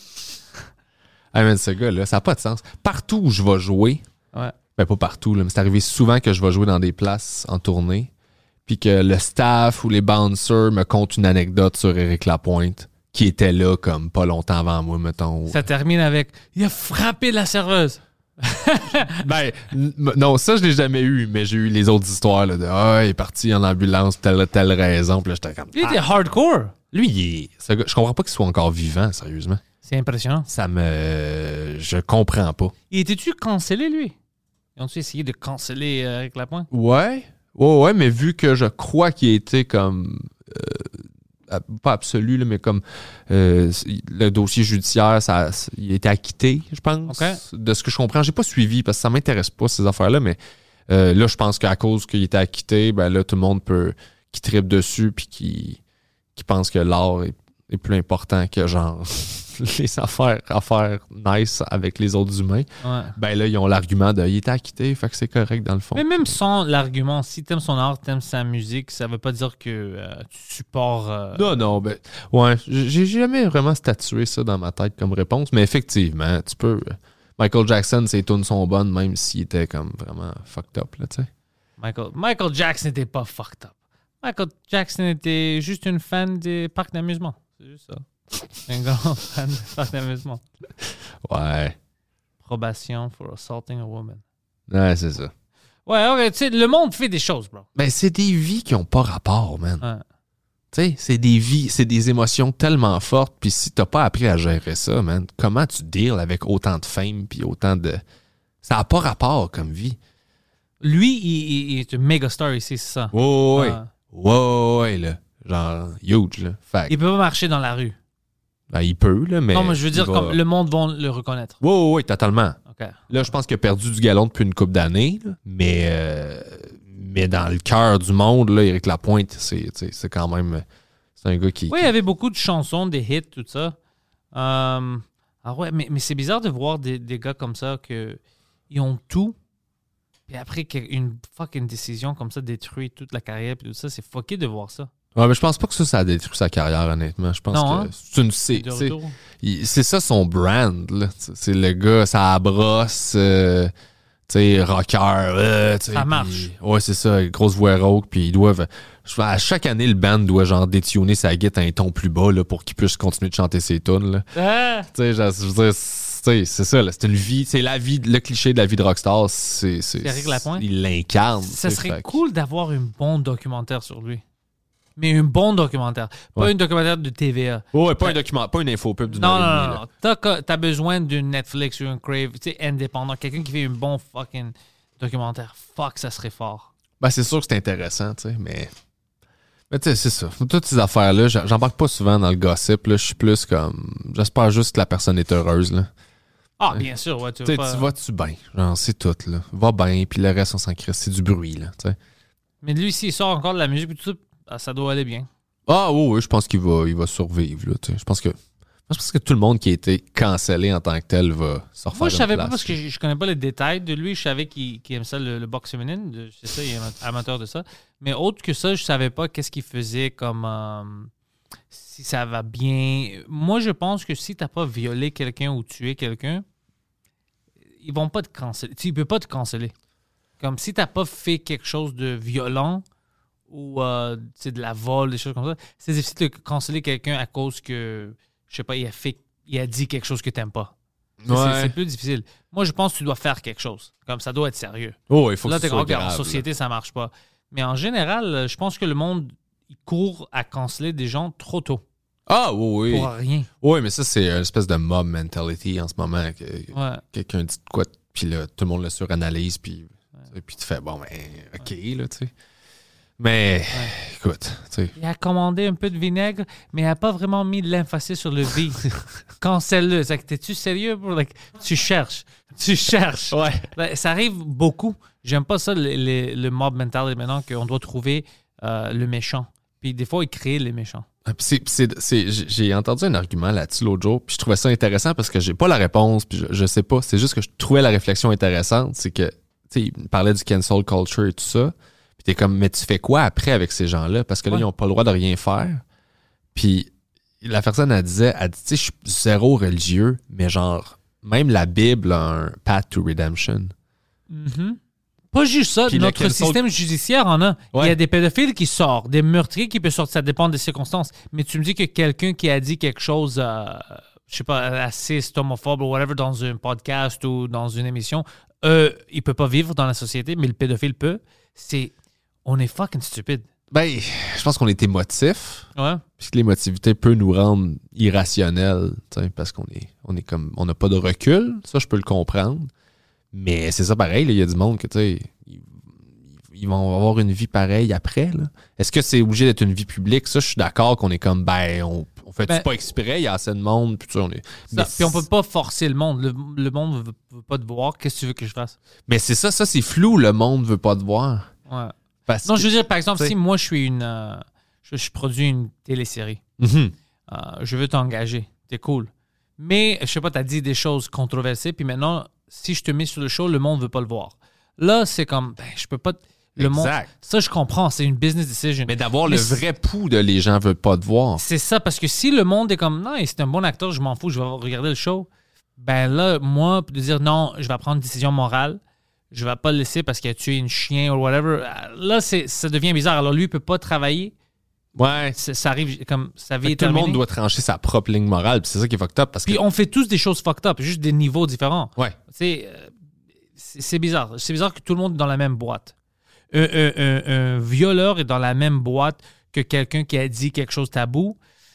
Ah, man, ce gars-là, ça n'a pas de sens. Partout où je vais jouer, Ouais. ben pas partout, là, mais c'est arrivé souvent que je vais jouer dans des places en tournée, puis que le staff ou les bouncers me content une anecdote sur Éric Lapointe, qui était là comme pas longtemps avant moi, mettons. Ça termine avec « Il a frappé la serveuse ». Ben, n- non, ça, je l'ai jamais eu, mais j'ai eu les autres histoires là, de Ah, il est parti en ambulance pour telle, telle raison. Puis là, j'étais comme. Lui, il Ah, était hardcore. lui, il est. ce gars- je comprends pas qu'il soit encore vivant, sérieusement. C'est impressionnant. Ça me. Je comprends pas. Et étais-tu cancellé, lui? Ils ont-tu essayé de canceller euh, Eric Lapointe? Ouais. Ouais, ouais, mais vu que je crois qu'il était comme. euh, pas absolu, là, mais comme euh, le dossier judiciaire, ça, il a été acquitté, je pense. Ok. De ce que je comprends, j'ai pas suivi parce que ça m'intéresse pas, ces affaires-là, mais euh, là, je pense qu'à cause qu'il était acquitté, ben là, tout le monde peut qui tripe dessus puis qui, qui pense que l'art est, est plus important que genre les affaires, affaires nice avec les autres humains. Ouais. Ben là, ils ont l'argument de il était acquitté, fait que c'est correct dans le fond. Mais même sans l'argument, si t'aimes son art, t'aimes sa musique, ça veut pas dire que euh, tu supportes... euh, Non, non, ben, ouais, j'ai jamais vraiment statué ça dans ma tête comme réponse, mais effectivement, tu peux. Michael Jackson, ses tunes sont bonnes, même s'il était comme vraiment fucked up, là, tu sais. Michael, Michael Jackson n'était pas fucked up. Michael Jackson était juste une fan des parcs d'amusement. C'est juste ça. Un grand fan des parcs d'amusement. Ouais. Probation for assaulting a woman. Ouais, c'est ça. Ouais, ok, tu sais, le monde fait des choses, bro. Ben, c'est des vies qui ont pas rapport, man. Ouais. Tu sais, c'est des vies, c'est des émotions tellement fortes, puis si t'as pas appris à gérer ça, man, comment tu deals avec autant de fame, puis autant de. Ça a pas rapport comme vie. Lui, il, il- il est un méga star ici, c'est ça. Ouais, ouais, ouais. Ah. Ouais, ouais, là. Genre, huge, là. Fait que, Il peut pas marcher dans la rue. ben, il peut, là, mais. non, mais je veux il dire, va- comme le monde va le reconnaître. Ouais, ouais, ouais, totalement. OK. Là, je pense qu'il a perdu du galon depuis une couple d'années, là, mais, euh, mais dans le cœur du monde, là, Éric Lapointe, c'est, tu sais, c'est quand même. C'est un gars qui. Oui, il y avait beaucoup de chansons, des hits, tout ça. Euh, ah ouais, mais, mais c'est bizarre de voir des, des gars comme ça que ils ont tout. Puis après, qu'une fucking décision comme ça détruit toute la carrière puis tout ça, c'est fucké de voir ça. Ouais, mais je pense pas que ça, ça a détruit sa carrière, honnêtement. Je pense Non, que hein? c'est une. C'est, De c'est- retour. il- c'est ça son brand, là. C'est c'est le gars, ça brosse, euh, tu sais, rocker. euh, tu sais, Ça puis- marche. Ouais, c'est ça, grosse voix rauque, puis ils doivent. je- À chaque année, le band doit genre détuner sa guitare à un ton plus bas, là, pour qu'il puisse continuer de chanter ses tunes, là. Ah! Tu sais, genre, je veux dire, c'est c'est ça, là, c'est une vie, c'est la vie, le cliché de la vie de rockstar, c'est... C'est C'est Éric Lapointe? Il l'incarne. Ça tu sais, serait fait que- cool d'avoir un bon documentaire sur lui. Mais un bon documentaire. Pas Ouais. un documentaire de T V A. Ouais, pas un document, pas une info pub d'une Non, heure et non, demie, non. là. non. T'as, co- t'as besoin d'une Netflix ou un Crave, tu sais, indépendant. Quelqu'un qui fait un bon fucking documentaire. Fuck, ça serait fort. Ben, c'est sûr que c'est intéressant, tu sais, mais. Mais tu sais, c'est ça. Toutes ces affaires-là, j'en- j'embarque pas souvent dans le gossip, là. Je suis plus comme. J'espère juste que la personne est heureuse, là. Ah, bien sûr, ouais. Tu Tu veux sais, pas... tu vas-tu bien? Genre, c'est tout, là. Va bien, puis le reste, on s'en crisse. C'est du bruit, là, tu sais. Mais lui, s'il sort encore de la musique, puis tout ça, ah, ça doit aller bien. Ah, oui, oui, je pense qu'il va, il va survivre, là, tu sais. Je pense que. Je pense que tout le monde qui a été cancellé en tant que tel va se refaire Moi, je une savais pas place. parce que je, je connais pas les détails de lui. Je savais qu'il, qu'il aime ça, le, le boxe féminine. De- C'est ça, il est ama- amateur de ça. Mais autre que ça, je savais pas qu'est-ce qu'il faisait comme. euh, si ça va bien. Moi, je pense que si t'as pas violé quelqu'un ou tué quelqu'un, ils vont pas te canceller. Tu sais, ils peuvent pas te canceller. Comme si t'as pas fait quelque chose de violent ou euh, tu sais, de la vol, des choses comme ça, c'est difficile de canceller quelqu'un à cause que, je sais pas, il a fait, il a dit quelque chose que t'aimes pas. C'est- Ouais. C'est, c'est plus difficile. Moi, je pense que tu dois faire quelque chose. Comme ça doit être sérieux. Oh, il faut Là, que t'es ce soit comme, OK, en grave, société, ça marche pas. Mais en général, je pense que le monde il court à canceller des gens trop tôt. Ah, oui, oui. Pour rien. Oui, mais ça, c'est une espèce de mob mentality en ce moment. Que, Ouais. Quelqu'un dit de quoi, puis là, tout le monde le suranalyse, puis, puis tu fais, bon, ben, OK, là, tu sais. Mais, écoute, tu sais. Il a commandé un peu de vinaigre, mais il n'a pas vraiment mis de l'emphasis sur le V. Cancelle-le. C'est que t'es-tu sérieux? Pour, like, tu cherches. Tu cherches. Ouais. Ben, ça arrive beaucoup. J'aime pas ça, le, le, le mob mentality maintenant, qu'on doit trouver euh, le méchant. Puis des fois, il crée les méchants. Ah, puis c'est- c'est- c'est- j'ai j'ai entendu un argument là-dessus l'autre jour, puis je trouvais ça intéressant parce que j'ai pas la réponse, puis je, je sais pas. C'est juste que je trouvais la réflexion intéressante. C'est que, tu sais, il parlait du cancel culture et tout ça. Puis t'es comme, mais tu fais quoi après avec ces gens-là? Parce que là, Ouais. ils ont pas le droit de rien faire. Puis la personne, elle disait, elle dit, tu sais, je suis zéro religieux, mais genre, même la Bible a un path to redemption. Mhm. Pas juste ça, Puis le notre cancel- système judiciaire en a. Il Ouais. y a des pédophiles qui sortent, des meurtriers qui peuvent sortir, ça dépend des circonstances. Mais tu me dis que quelqu'un qui a dit quelque chose, euh, je sais pas, raciste, homophobe ou whatever dans un podcast ou dans une émission, euh, il peut pas vivre dans la société, mais le pédophile peut. C'est, on est fucking stupide. Ben, je pense qu'on est émotif. Ouais. Puisque l'émotivité peut nous rendre irrationnels, tu sais, parce qu'on est, on est comme, on n'a pas de recul. Ça, je peux le comprendre. Mais c'est ça pareil, là, il y a du monde que, tu sais, ils, ils vont avoir une vie pareille après, là. Est-ce que c'est obligé d'être une vie publique? Ça, je suis d'accord qu'on est comme, ben, on, on fait Ben- pas exprès, il y a assez de monde, puis tu sais, on est... Ça, Mais puis on peut pas forcer le monde. Le, le monde veut, veut pas te voir. Qu'est-ce que tu veux que je fasse? Mais c'est ça, ça, c'est flou, le monde veut pas te voir. Ouais. Parce Non, que- je veux dire, par exemple, t'sais- si moi je suis une. euh, je, je produis une télésérie, Mhm. euh, je veux t'engager, t'es cool. Mais, je sais pas, t'as dit des choses controversées, puis maintenant, si je te mets sur le show, le monde veut pas le voir. Là, c'est comme, ben, je peux pas. t- Le monde. Exact. Ça, je comprends, c'est une business decision. Mais d'avoir Mais le c'est- vrai pouls de les gens veulent pas te voir. C'est ça, parce que si le monde est comme, non, c'est un bon acteur, je m'en fous, je vais regarder le show, ben là, moi, de dire non, je vais prendre une décision morale, je vais pas le laisser parce qu'il a tué une chien ou whatever, là, c'est, ça devient bizarre. Alors lui, il peut pas travailler. Ouais. C'est- ça arrive comme sa vie Fait est que tout le monde terminée. doit trancher sa propre ligne morale, puis c'est ça qui est fucked up, parce que... Puis on fait tous des choses fucked up, juste des niveaux différents. Ouais. Tu sais, euh, c'est, c'est bizarre. C'est bizarre que tout le monde est dans la même boîte. Un, un- un- un violeur est dans la même boîte que quelqu'un qui a dit quelque chose tabou.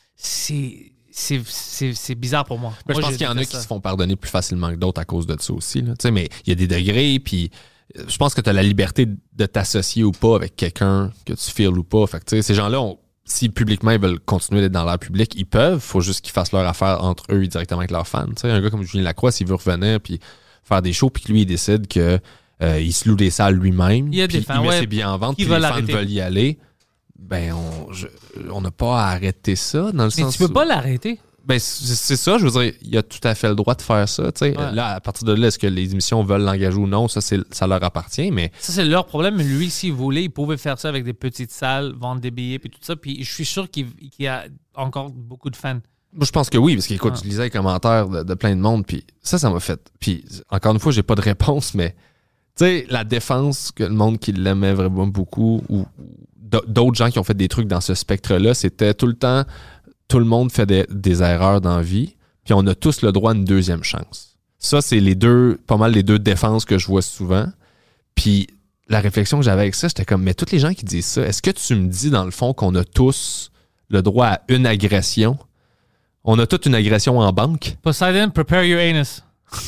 C'est, c'est, c'est, c'est bizarre pour moi. Mais Moi, je pense j'ai qu'il y en a déteste qui ça. se font pardonner plus facilement que d'autres à cause de ça aussi. Là. Tu sais, mais il y a des degrés, puis euh, je pense que tu as la liberté de t'associer ou pas avec quelqu'un que tu files ou pas. Fait que, tu sais, ces gens-là, on- si publiquement ils veulent continuer d'être dans l'air public, ils peuvent. Faut juste qu'ils fassent leur affaire entre eux et directement avec leurs fans. Tu sais, un gars comme Julien Lacroix, s'il veut revenir puis faire des shows, puis que lui, il décide que euh, il se loue des salles lui-même, Il y a des puis fans, il met ouais, ses billets en vente, qui puis les veulent fans arrêter. veulent y aller, ben on je- on n'a pas à arrêter ça dans le Mais sens tu peux où- pas l'arrêter. ben, c'est c'est ça, je veux dire, il a tout à fait le droit de faire ça. tu sais. Ouais. Là, à partir de là, est-ce que les émissions veulent l'engager ou non, ça, c'est, ça leur appartient, mais Ça, c'est leur problème. Mais lui, s'il voulait, il pouvait faire ça avec des petites salles, vendre des billets puis tout ça. Puis je suis sûr qu'il, qu'il y a encore beaucoup de fans. moi, je pense que oui, parce qu'écoute, Ouais. je lisais les commentaires de, de plein de monde, puis ça, ça m'a fait. Puis, encore une fois, j'ai pas de réponse, mais tu sais, la défense que le monde qui l'aimait vraiment beaucoup, ou d- d'autres gens qui ont fait des trucs dans ce spectre-là, c'était tout le temps, tout le monde fait des, des erreurs dans la vie, puis on a tous le droit à une deuxième chance. Ça, c'est les deux, pas mal les deux défenses que je vois souvent. Puis la réflexion que j'avais avec ça, j'étais comme, mais tous les gens qui disent ça, est-ce que tu me dis, dans le fond, qu'on a tous le droit à une agression? On a toute une agression en banque? Poseidon, prepare your anus.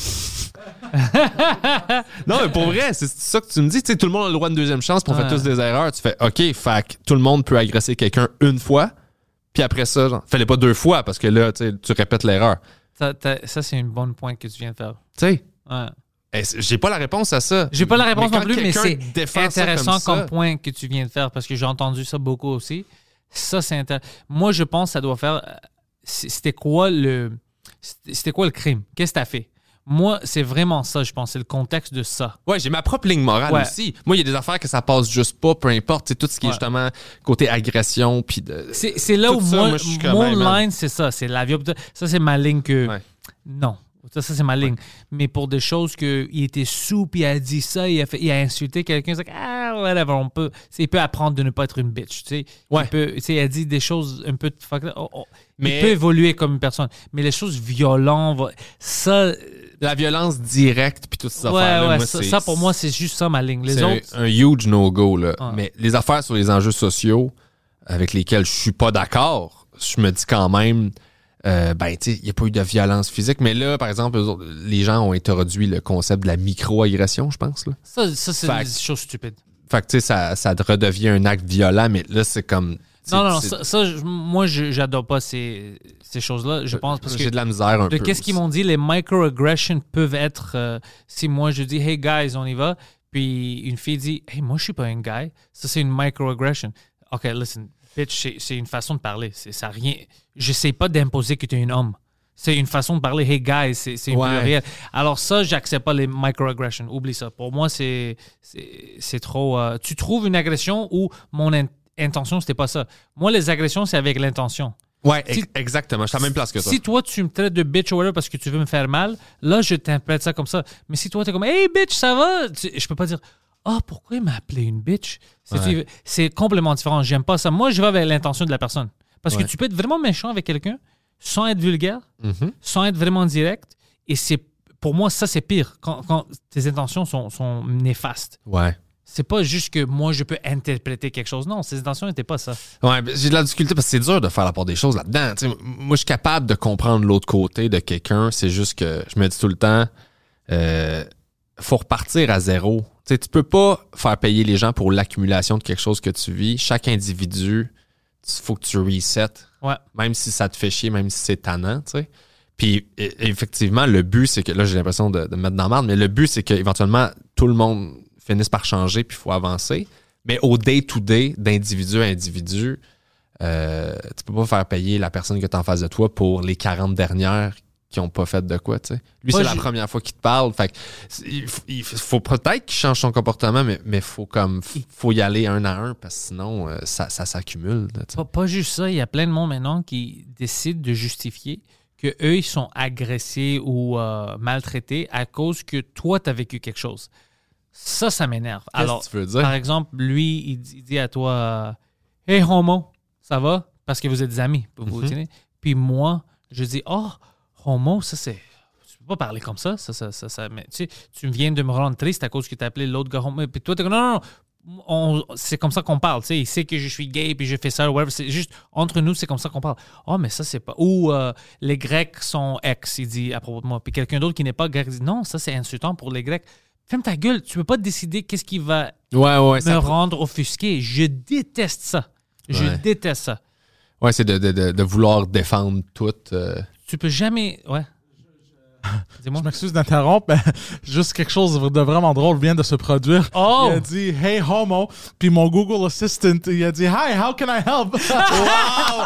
Non, mais pour vrai, c'est ça que tu me dis. Tu sais, tout le monde a le droit à une deuxième chance, puis on ouais. fait tous des erreurs. Tu fais, OK, fait que tout le monde peut agresser quelqu'un une fois, puis après ça, genre, fais-le pas deux fois, parce que là, tu sais, tu répètes l'erreur. Ça, ça, c'est une bonne pointe que tu viens de faire. Tu sais? Ouais. Eh, j'ai pas la réponse à ça. J'ai pas la réponse mais non plus, mais c'est intéressant comme, comme ça, point que tu viens de faire parce que j'ai entendu ça beaucoup aussi. Ça, c'est intéressant. Moi, je pense que ça doit faire. C'était quoi le. C'était quoi le crime? Qu'est-ce que t'as fait? Moi, c'est vraiment ça, je pense. C'est le contexte de ça. Ouais, j'ai ma propre ligne morale ouais. aussi. Moi, il y a des affaires que ça passe juste pas, peu importe. C'est tout ce qui ouais. est justement côté agression. Puis de, c'est, c'est là où ça, moi, moi mon même, line, c'est ça. C'est la viol. Ça, c'est ma ligne que. Ouais. Non. Ça, ça, c'est ma ligne. Ouais. Mais pour des choses qu'il était sous, puis il a dit ça, il a, fait, il a insulté quelqu'un, c'est like, ah, whatever, on peut. Il peut apprendre de ne pas être une bitch, tu sais. Ouais. Il peut, il a dit des choses un peu. Oh, oh. Mais il peut évoluer comme une personne. Mais les choses violentes, ça. La violence directe, puis tout ça. Ouais, affaires, ouais, moi, ça, c'est, ça, pour moi, c'est juste ça, ma ligne. Les c'est autres. Un, un huge no-go, là. Ouais. Mais les affaires sur les enjeux sociaux avec lesquels je suis pas d'accord, je me dis quand même. Euh, ben, tu sais, il n'y a pas eu de violence physique, mais là, par exemple, les gens ont introduit le concept de la micro-agression, je pense. Là. Ça, ça c'est fait, des choses stupides. Fait que, tu sais, ça, ça redevient un acte violent, mais là, c'est comme. Non, non, non, ça, ça, moi, je j'adore pas ces, ces choses-là, je pense, parce j'ai que de la misère un de peu. Qu'est-ce qu'ils m'ont dit, les microaggressions peuvent être, euh, si moi, je dis, hey, guys, on y va, puis une fille dit, hey, moi, je suis pas un guy, ça, c'est une microaggression. OK, listen, bitch, c'est, c'est une façon de parler, c'est ça rien. Je sais pas d'imposer que tu es un homme. C'est une façon de parler, hey, guys, c'est, c'est une ouais. pluriel. Alors ça, j'accepte pas les microaggressions, oublie ça. Pour moi, c'est, c'est, c'est trop... Euh, tu trouves une agression où mon in- intention, c'était pas ça. Moi, les agressions, c'est avec l'intention. Ouais, si, exactement. Je suis à la même place que toi. Si toi, tu me traites de bitch ou whatever parce que tu veux me faire mal, là, je t'interprète ça comme ça. Mais si toi, t'es comme, hey, bitch, ça va? Tu, je peux pas dire, ah, oh, pourquoi il m'a appelé une bitch? C'est, ouais. c'est complètement différent. J'aime pas ça. Moi, je vais avec l'intention de la personne. Parce ouais. que tu peux être vraiment méchant avec quelqu'un sans être vulgaire, mm-hmm. sans être vraiment direct. Et c'est, pour moi, ça, c'est pire. Quand, quand tes intentions sont, sont néfastes. Ouais. C'est pas juste que moi, je peux interpréter quelque chose. Non, ses intentions n'étaient pas ça. Ouais, j'ai de la difficulté parce que c'est dur de faire la part des choses là-dedans. T'sais, moi, je suis capable de comprendre l'autre côté de quelqu'un. C'est juste que je me dis tout le temps, euh, faut repartir à zéro. T'sais, tu peux pas faire payer les gens pour l'accumulation de quelque chose que tu vis. Chaque individu, il faut que tu resets. Ouais. Même si ça te fait chier, même si c'est tannant, tu sais. Puis, effectivement, le but, c'est que... Là, j'ai l'impression de, de me mettre dans la merde, mais le but, c'est qu'éventuellement, tout le monde finisse par changer puis il faut avancer. Mais au day-to-day, d'individu à individu, euh, tu peux pas faire payer la personne que tu as en face de toi pour les quarante dernières qui ont pas fait de quoi, tu sais. Lui, Moi, c'est j'ai... la première fois qu'il te parle. Fait que, il, faut, il faut peut-être qu'il change son comportement, mais il faut comme faut y aller un à un parce que sinon, euh, ça, ça s'accumule. Pas, pas juste ça. Il y a plein de monde maintenant qui décident de justifier qu'eux, ils sont agressés ou euh, maltraités à cause que toi, tu as vécu quelque chose. Ça, ça m'énerve. Qu'est-ce Alors, que tu veux dire? Par exemple, lui, il dit, il dit à toi euh, « Hey, homo, ça va? » Parce que vous êtes des amis. Vous mm-hmm. Puis moi, je dis « Oh, homo, ça, c'est... Tu peux pas parler comme ça. ça, ça, ça, ça mais, tu sais, tu viens de me rendre triste à cause que tu as appelé l'autre gars homo. Puis toi, tu dis « Non, non, non. On, c'est comme ça qu'on parle. Tu sais, il sait que je suis gay puis je fais ça. Whatever. C'est juste entre nous, c'est comme ça qu'on parle. Oh, mais ça, c'est pas... Ou euh, les Grecs sont ex, il dit à propos de moi. Puis quelqu'un d'autre qui n'est pas grec dit « Non, ça, c'est insultant pour les Grecs. » Ferme ta gueule, tu peux pas décider qu'est-ce qui va ouais, ouais, me ça rendre peut... offusqué. Je déteste ça. Je ouais. déteste ça. Ouais, c'est de, de, de vouloir défendre tout. Euh... Tu peux jamais... Ouais. Dis-moi. Je m'excuse d'interrompre, mais juste quelque chose de vraiment drôle vient de se produire. Oh! Il a dit « Hey, homo », puis mon Google Assistant, il a dit « Hi, how can I help? » Wow!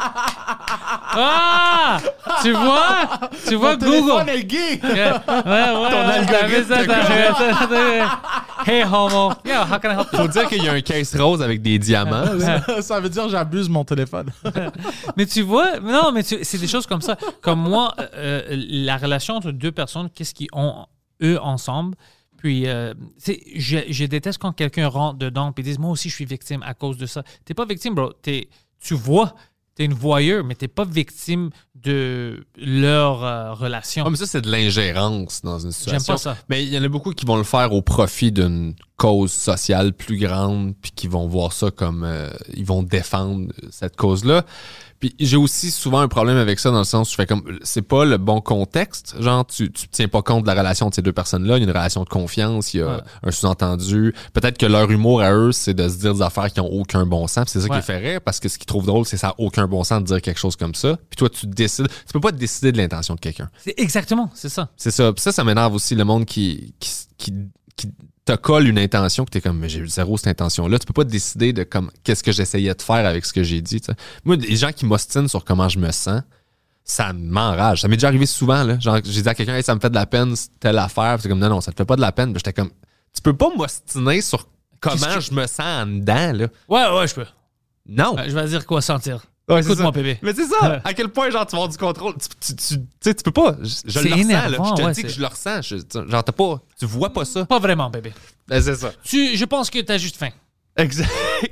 Ah! Tu vois? Tu vois Mon Google? téléphone est gay! Yeah. Ouais, ouais. Ton algorithme. Hey, homo. Yeah, how can I help you? Faut dire qu'il y a un case rose avec des diamants. Ça veut dire que j'abuse mon téléphone. Mais tu vois, non, mais tu, c'est des choses comme ça. Comme moi, euh, la relation entre deux personnes, qu'est-ce qu'ils ont, eux, ensemble. Puis, euh, je, je déteste quand quelqu'un rentre dedans et dit « Moi aussi, je suis victime à cause de ça. » T'es pas victime, bro. T'es, tu vois, t'es une voyeur, mais t'es pas victime de leur euh, relation. Ah, mais ça, c'est de l'ingérence dans une situation. J'aime pas ça. Mais il y en a beaucoup qui vont le faire au profit d'une cause sociale plus grande, puis qui vont voir ça comme... Euh, ils vont défendre cette cause-là. Puis j'ai aussi souvent un problème avec ça dans le sens où je fais comme... C'est pas le bon contexte. Genre, tu, tu tiens pas compte de la relation de ces deux personnes-là. Il y a une relation de confiance, il y a ouais. un sous-entendu. Peut-être que leur humour à eux, c'est de se dire des affaires qui ont aucun bon sens. Puis c'est ça ouais. qui fait rire, parce que ce qu'ils trouvent drôle, c'est que ça n'a aucun bon sens de dire quelque chose comme ça. Puis toi, tu décides... Tu peux pas décider de l'intention de quelqu'un. C'est exactement, c'est ça. C'est ça. Puis ça, ça m'énerve aussi, le monde qui... qui, qui, qui te colle une intention que t'es comme, mais j'ai eu zéro cette intention-là. Tu peux pas décider de comme qu'est-ce que j'essayais de faire avec ce que j'ai dit. T'sais. Moi, les gens qui m'ostinent sur comment je me sens, ça m'enrage. Ça m'est déjà arrivé souvent. Là. Genre, j'ai dit à quelqu'un, hey, ça me fait de la peine, telle affaire. Puis c'est comme, non, non, ça te fait pas de la peine. Puis j'étais comme, tu peux pas m'ostiner sur comment je me sens en dedans. Là. Ouais, ouais, je peux. Non. Ouais, je vais dire quoi sentir. Ouais, écoute-moi, bébé. Mais c'est ça. À quel point, genre, tu vas avoir du contrôle. Tu, tu, tu, tu sais, tu peux pas. Je, je le ressens, là. Je te ouais, dis c'est... que je le ressens. Je, genre, t'as pas. Tu vois pas ça. Pas vraiment, bébé. Ben, c'est ça. Tu, je pense que t'as juste faim. Exact.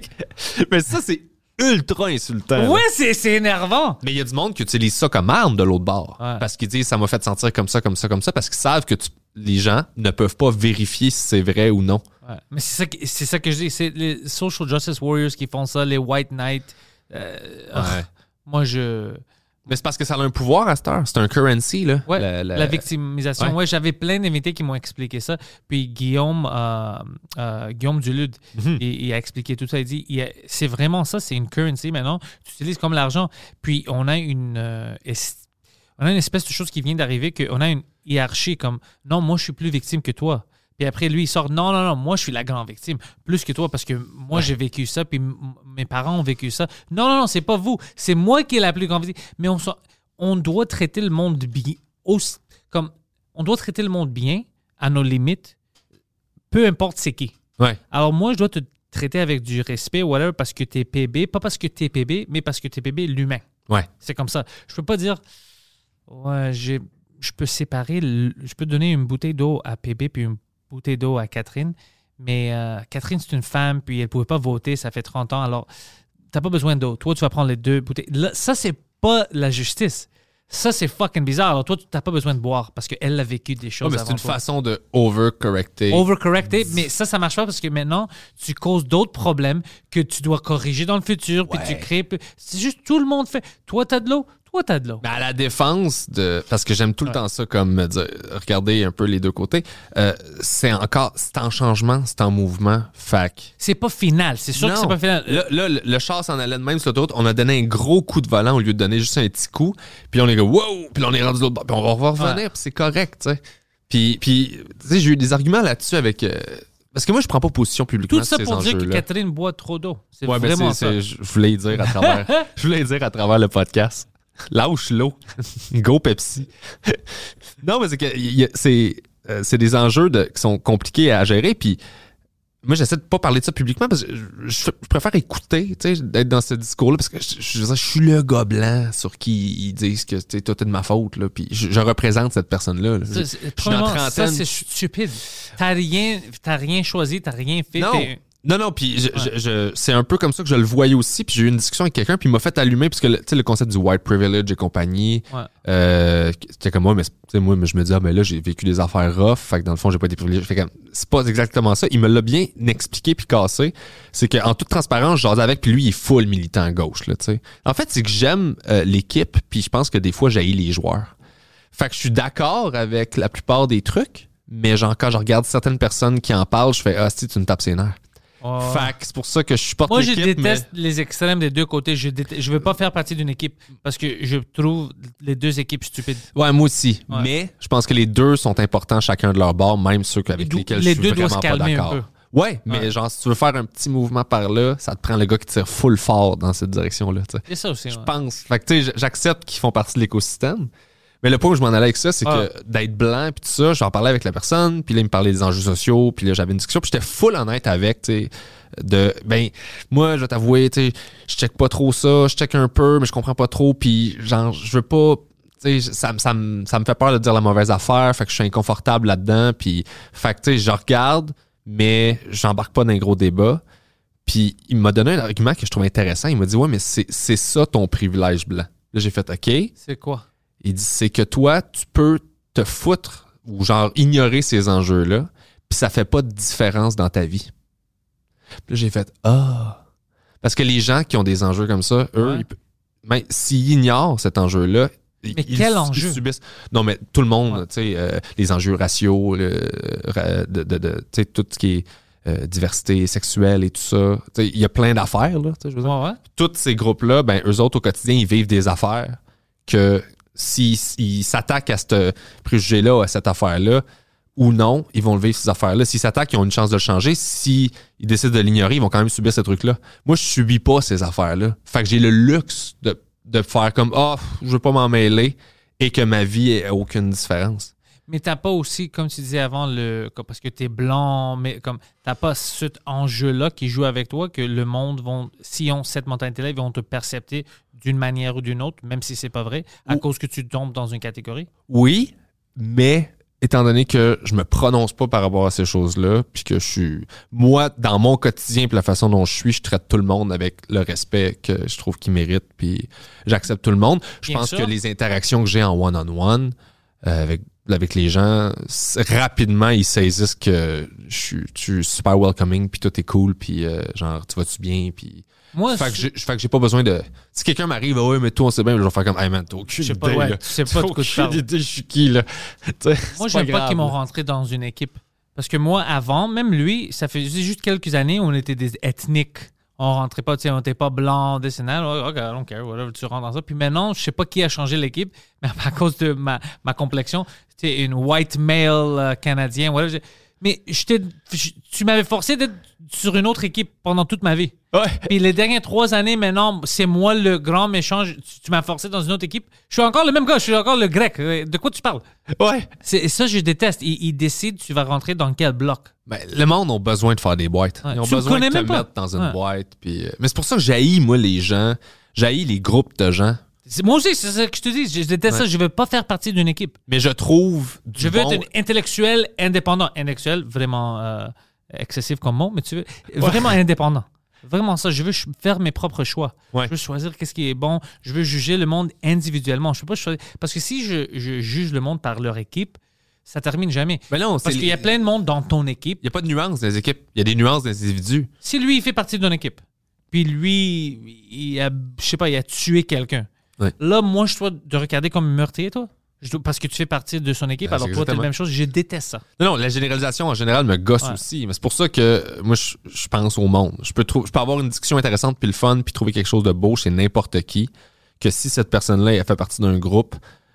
Mais ça, c'est ultra insultant. Ouais, c'est, c'est énervant. Mais il y a du monde qui utilise ça comme arme de l'autre bord. Ouais. Parce qu'ils disent, ça m'a fait sentir comme ça, comme ça, comme ça. Parce qu'ils savent que tu, les gens ne peuvent pas vérifier si c'est vrai ou non. Ouais. Mais c'est ça, que, c'est ça que je dis. C'est les social justice warriors qui font ça, les white knights. Euh, ouais. oh. Moi, je... Mais c'est parce que ça a un pouvoir à cette heure. C'est un currency, là. Ouais, la, la... la victimisation. Ouais. ouais, j'avais plein d'invités qui m'ont expliqué ça. Puis Guillaume, euh, euh, Guillaume Dulude, mm-hmm. il, il a expliqué tout ça. Il dit, il a, c'est vraiment ça, c'est une currency maintenant. Tu utilises comme l'argent. Puis on a une... Euh, est, on a une espèce de chose qui vient d'arriver, qu'on a une hiérarchie comme, non, moi, je suis plus victime que toi. Puis après, lui, il sort, non, non, non, moi, je suis la grande victime, plus que toi, parce que moi, ouais. j'ai vécu ça, puis m- mes parents ont vécu ça. Non, non, non, c'est pas vous, c'est moi qui est la plus grande victime. Mais on, on doit traiter le monde bien, aussi, comme, on doit traiter le monde bien, à nos limites, peu importe c'est qui. Ouais. Alors moi, je dois te traiter avec du respect, whatever, parce que t'es P B, pas parce que t'es P B, mais parce que t'es P B, l'humain. Ouais. C'est comme ça. Je peux pas dire, ouais, j'ai, je peux séparer, le, je peux donner une bouteille d'eau à P B, puis une bouteille d'eau à Catherine, mais euh, Catherine, c'est une femme, puis elle ne pouvait pas voter, ça fait trente ans, alors t'as pas besoin d'eau. Toi, tu vas prendre les deux bouteilles. Là, ça, c'est pas la justice. Ça, c'est fucking bizarre. Alors toi, tu n'as pas besoin de boire parce qu'elle a vécu des choses ouais, mais avant c'est une toi. façon de overcorrecter. Overcorrecter, mais ça, ça marche pas parce que maintenant, tu causes d'autres problèmes que tu dois corriger dans le futur, ouais. puis tu crées... C'est juste, tout le monde fait... Toi, t'as de l'eau. Toi, t'as de l'eau. Mais à la défense de. Parce que j'aime tout le ouais. temps ça, comme me dire, regarder un peu les deux côtés. Euh, c'est encore. C'est en changement, c'est en mouvement. Fac. C'est pas final. C'est sûr non. que c'est pas final. Là, là le, le char s'en allait de même sur l'autoroute. On a donné un gros coup de volant au lieu de donner juste un petit coup. Puis on est comme, wow! Puis là, on est rendu de l'autre bord. Puis on va revenir. Ouais. Puis c'est correct, tu sais. Puis, puis tu sais, j'ai eu des arguments là-dessus avec. Euh, Parce que moi, je prends pas position publiquement. Tout ça ces pour dire que là. Catherine boit trop d'eau. C'est ouais, vraiment c'est, ça. C'est, je voulais dire à travers. je voulais dire à travers le podcast. Lâche l'eau. Go Pepsi. Non, mais c'est que y a, c'est, euh, c'est des enjeux de, qui sont compliqués à gérer. Puis moi, j'essaie de pas parler de ça publiquement parce que je, je, je préfère écouter, tu sais, d'être dans ce discours-là parce que je, je, je, je suis le gars blanc sur qui ils disent que tu tout est de ma faute. Là, puis je, je représente cette personne-là. Là. Ça, je, je suis en trentaine. Ça, c'est stupide. T'as rien, t'as rien choisi, t'as rien fait. Non. T'es... Non, non, puis je, ouais. je, je, c'est un peu comme ça que je le voyais aussi, puis j'ai eu une discussion avec quelqu'un, puis il m'a fait allumer, parce que le, le concept du white privilege et compagnie, ouais. euh, c'était comme moi, mais moi, mais je me dis, ah ben là, j'ai vécu des affaires rough, fait que dans le fond, j'ai pas été privilégié. Fait que c'est pas exactement ça. Il me l'a bien expliqué puis cassé. C'est qu'en toute transparence, je jasais avec, puis lui, il est full militant à gauche, là, tu sais. En fait, c'est que j'aime euh, l'équipe, puis je pense que des fois, j'haïs les joueurs. Fait que je suis d'accord avec la plupart des trucs, mais genre, quand je regarde certaines personnes qui en parlent, je fais, ah, si, tu me tapes ses nerfs. Oh. Fait que c'est pour ça que je supporte Moi, l'équipe. Moi, je déteste mais... les extrêmes des deux côtés. Je déteste, je veux pas faire partie d'une équipe parce que je trouve les deux équipes stupides. Ouais, moi aussi. Ouais. Mais je pense que les deux sont importants chacun de leur bord, même ceux avec Dou- lesquels les je suis deux vraiment pas d'accord. Un peu. Ouais, mais ouais. genre, si tu veux faire un petit mouvement par là, ça te prend le gars qui tire full fort dans cette direction-là. T'sais. C'est ça aussi. Je ouais. pense. Fait que tu sais, j'accepte qu'ils font partie de l'écosystème. Mais le point où je m'en allais avec ça, c'est ah. que d'être blanc puis tout ça, j'en parlais avec la personne, puis là, il me parlait des enjeux sociaux, puis là, j'avais une discussion, puis j'étais full honnête avec, tu sais, de, ben, moi, je vais t'avouer, tu sais, je check pas trop ça, je check un peu, mais je comprends pas trop, puis genre, je veux pas, tu sais, ça, ça, me, ça me fait peur de dire la mauvaise affaire, fait que je suis inconfortable là-dedans, puis, fait que, tu sais, je regarde, mais j'embarque pas dans un gros débat. Puis, il m'a donné un argument que je trouve intéressant. Il m'a dit, ouais, mais c'est, c'est ça ton privilège blanc. Là, j'ai fait, OK. C'est quoi? Il dit, c'est que toi, tu peux te foutre ou genre ignorer ces enjeux-là, puis ça fait pas de différence dans ta vie. Puis là, j'ai fait « Ah! » Parce que les gens qui ont des enjeux comme ça, eux, Ouais. ils, ben, s'ils ignorent cet enjeu-là, Mais ils, quel ils, enjeu? ils subissent. Non, mais tout le monde, Ouais. tu sais, euh, les enjeux raciaux, le, ra- de, de, de, tu sais, tout ce qui est euh, diversité sexuelle et tout ça. Tu sais, il y a plein d'affaires, là, tu sais, je veux dire. Ouais, ouais. Tous ces groupes-là, ben, eux autres, au quotidien, ils vivent des affaires que s'ils ils s'attaquent à ce préjugé-là, à cette affaire-là, ou non, ils vont le vivre, ces affaires-là. S'ils s'attaquent, ils ont une chance de le changer. S'ils décident de l'ignorer, ils vont quand même subir ces trucs-là. Moi, je subis pas ces affaires-là. Fait que j'ai le luxe de, de faire comme « Ah, oh, je veux pas m'en mêler » et que ma vie ait aucune différence. Mais t'as pas aussi, comme tu disais avant, le comme- parce que t'es blanc, mais comme t'as pas cet enjeu-là qui joue avec toi, que le monde vont, s'ils ont cette mentalité-là, ils vont te percepter d'une manière ou d'une autre, même si c'est pas vrai, à Ou- cause que tu tombes dans une catégorie. Oui, mais étant donné que je me prononce pas par rapport à ces choses-là, puis que je suis... Moi, dans mon quotidien puis la façon dont je suis, je traite tout le monde avec le respect que je trouve qu'il mérite, puis j'accepte tout le monde. Je Bien pense sûr. que les interactions que j'ai en one-on-one euh, avec, avec les gens, c- rapidement, ils saisissent que je suis, je suis super welcoming, puis tout est cool, puis euh, genre, tu vas-tu bien, puis... Moi, Fait que, c'est- j'ai, fait que j'ai pas besoin de... Si quelqu'un m'arrive, ah ouais, mais toi, on sait bien, je vais faire comme, hey man, t'as aucune Je sais idée, pas, ouais, là. tu sais pas de quoi tu T'as parles. aucune idée, je suis qui, là. Tu sais, Moi, c'est j'aime pas grave, qu'ils m'ont là. rentré dans une équipe. Parce que moi, avant, même lui, ça faisait juste quelques années où on était des ethniques. On rentrait pas, tu sais, on n'était pas blanc, dessinal. Ok, I don't care, whatever, tu rentres dans ça. Puis maintenant, je sais pas qui a changé l'équipe, mais à cause de ma, ma complexion, tu sais, une white male euh, canadien, whatever. j'ai- Mais je t'ai- je- tu m'avais forcé d'être sur une autre équipe pendant toute ma vie. Ouais. Puis les dernières trois années, maintenant, c'est moi le grand méchant. Je- Tu, tu m'as forcé dans une autre équipe. Je suis encore le même gars, je suis encore le grec. De quoi tu parles? Ouais. C'est ça, je déteste. Ils, ils décident tu vas rentrer dans quel bloc. Ben, le monde a besoin de faire des boîtes. Ouais. Ils ont Tu le besoin connais de te même pas. mettre dans une Ouais. boîte. Puis, euh, mais c'est pour ça que j'haïs, moi, les gens. J'haïs les groupes de gens. C'est- Moi aussi, c'est ça que je te dis. Je déteste Ouais. ça. Je veux pas faire partie d'une équipe. Mais je trouve du Je veux bon... être un intellectuel indépendant. Intellectuel, vraiment euh, excessif comme mot, mais tu veux vraiment indépendant. Vraiment ça. Je veux ch- faire mes propres choix. Ouais. Je veux choisir qu'est-ce qui est bon. Je veux juger le monde individuellement. Je peux pas choisir. Parce que si je, je juge le monde par leur équipe, ça termine jamais. Ben non, c'est Parce qu'il y a les- plein de monde dans ton équipe. Il n'y a pas de nuances dans les équipes. Il y a des nuances dans les individus. Si lui, il fait partie d'une équipe, puis lui, il a, je sais pas, il a tué quelqu'un. Ouais. Là, moi, je dois te regarder comme un meurtrier, toi. Je dois- parce que tu fais partie de son équipe, Ben, alors c'est toi, t'es la exactement. même chose. Je déteste ça. Non, non, la généralisation en général me gosse Ouais. aussi. Mais c'est pour ça que euh, moi, je, je pense au monde. Je peux, trou- je peux avoir une discussion intéressante, puis le fun, puis trouver quelque chose de beau chez n'importe qui. Que si cette personne-là, elle fait partie d'un groupe,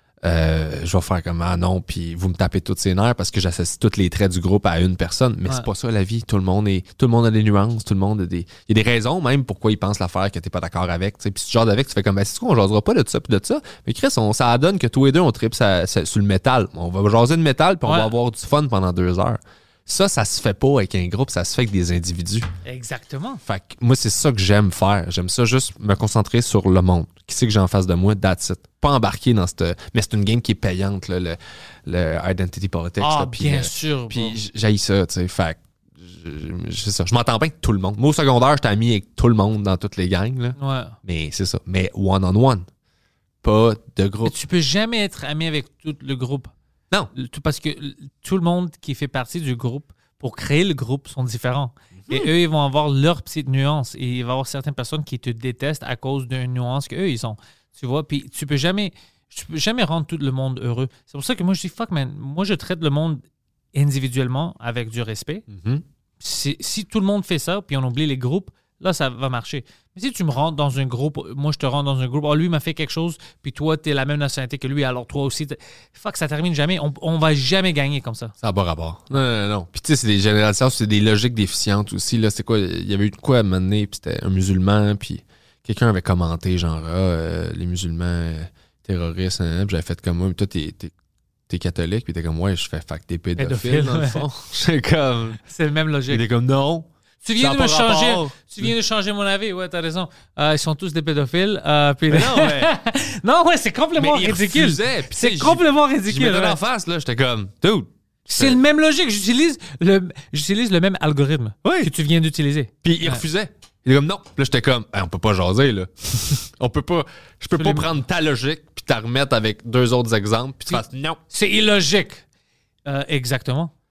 euh, je vais faire comme ah non, puis vous me tapez toutes ses nerfs parce que j'associe tous les traits du groupe à une personne. Mais Ouais. c'est pas ça la vie. Tout le monde est, tout le monde a des nuances, tout le monde a des. Il y a des raisons même pourquoi ils pensent l'affaire que t'es pas d'accord avec. T'sais. Puis si tu jases avec, tu fais comme ben c'est quoi, on jasera pas de ça puis de ça. Mais Chris, on, ça donne que tous les deux on tripe ça- ça- sur le métal. On va jaser de métal puis on Ouais. va avoir du fun pendant deux heures. Ça, ça se fait pas avec un groupe, ça se fait avec des individus. Exactement. Fait que moi, c'est ça que j'aime faire. J'aime ça juste me concentrer sur le monde. Qui c'est que j'ai en face de moi? That's it. Pas embarquer dans cette... Mais c'est une game qui est payante, là, le, le identity politics. Ah, là, puis, bien euh, sûr. Puis bro. j- j'haïs ça, tu sais. Fait que je, je- c'est ça. Je m'entends bien avec tout le monde. Moi, au secondaire, j'étais ami avec tout le monde dans toutes les gangs, là. Ouais. Mais c'est ça. Mais one-on-one. Pas de Mais groupe. tu peux jamais être ami avec tout le groupe. Non. Le- tout- Parce que l- tout le monde qui fait partie du groupe, pour créer le groupe, sont différents. Et eux, ils vont avoir leurs petites nuances. Et il va y avoir certaines personnes qui te détestent à cause d'une nuance qu'eux, ils ont. Tu vois, puis tu peux jamais... Tu peux jamais rendre tout le monde heureux. C'est pour ça que moi, je dis, fuck, man, moi, je traite le monde individuellement avec du respect. Mhm. Si, si tout le monde fait ça, puis on oublie les groupes, là, ça va marcher. Mais si tu me rentres dans un groupe, moi, je te rentre dans un groupe, oh, lui m'a fait quelque chose, puis toi, t'es la même nationalité que lui, alors toi aussi, t'es- fuck, ça termine jamais. On, on va jamais gagner comme ça. Ça n'a pas rapport. Non, non, non. Puis tu sais, c'est des générations, c'est des logiques déficientes aussi. Là, c'est quoi? Il y avait eu de quoi à un moment donné, puis c'était un musulman, puis quelqu'un avait commenté genre ah, euh, les musulmans euh, terroristes, hein, puis j'avais fait comme moi, mais toi, t'es, t'es, t'es catholique, puis t'es comme ouais, je fais fac t'es pédophile, Pédophile, dans le ouais. fond. J'étais comme. C'est le même Il logique. était comme non. Tu viens, Ça de a me pas changer, rapport. tu viens de changer mon avis, ouais, t'as raison. Euh, ils sont tous des pédophiles. euh, puis- Mais non, mais. non, ouais, c'est complètement mais il ridicule. refusait, puis tu sais, C'est j'y- complètement Je ridicule. mettais ouais. en face, là, j'étais comme dude. C'est le même logique. J'utilise le, j'utilise le même algorithme Oui. que tu viens d'utiliser. Puis il Ouais. refusait. Il est comme non. Puis là, j'étais comme, hey, on peut pas jaser, là. on peut pas. Je peux pas Absolument. prendre ta logique puis t'en remettre avec deux autres exemples puis tu Puis- fasses non. C'est illogique. Euh, exactement.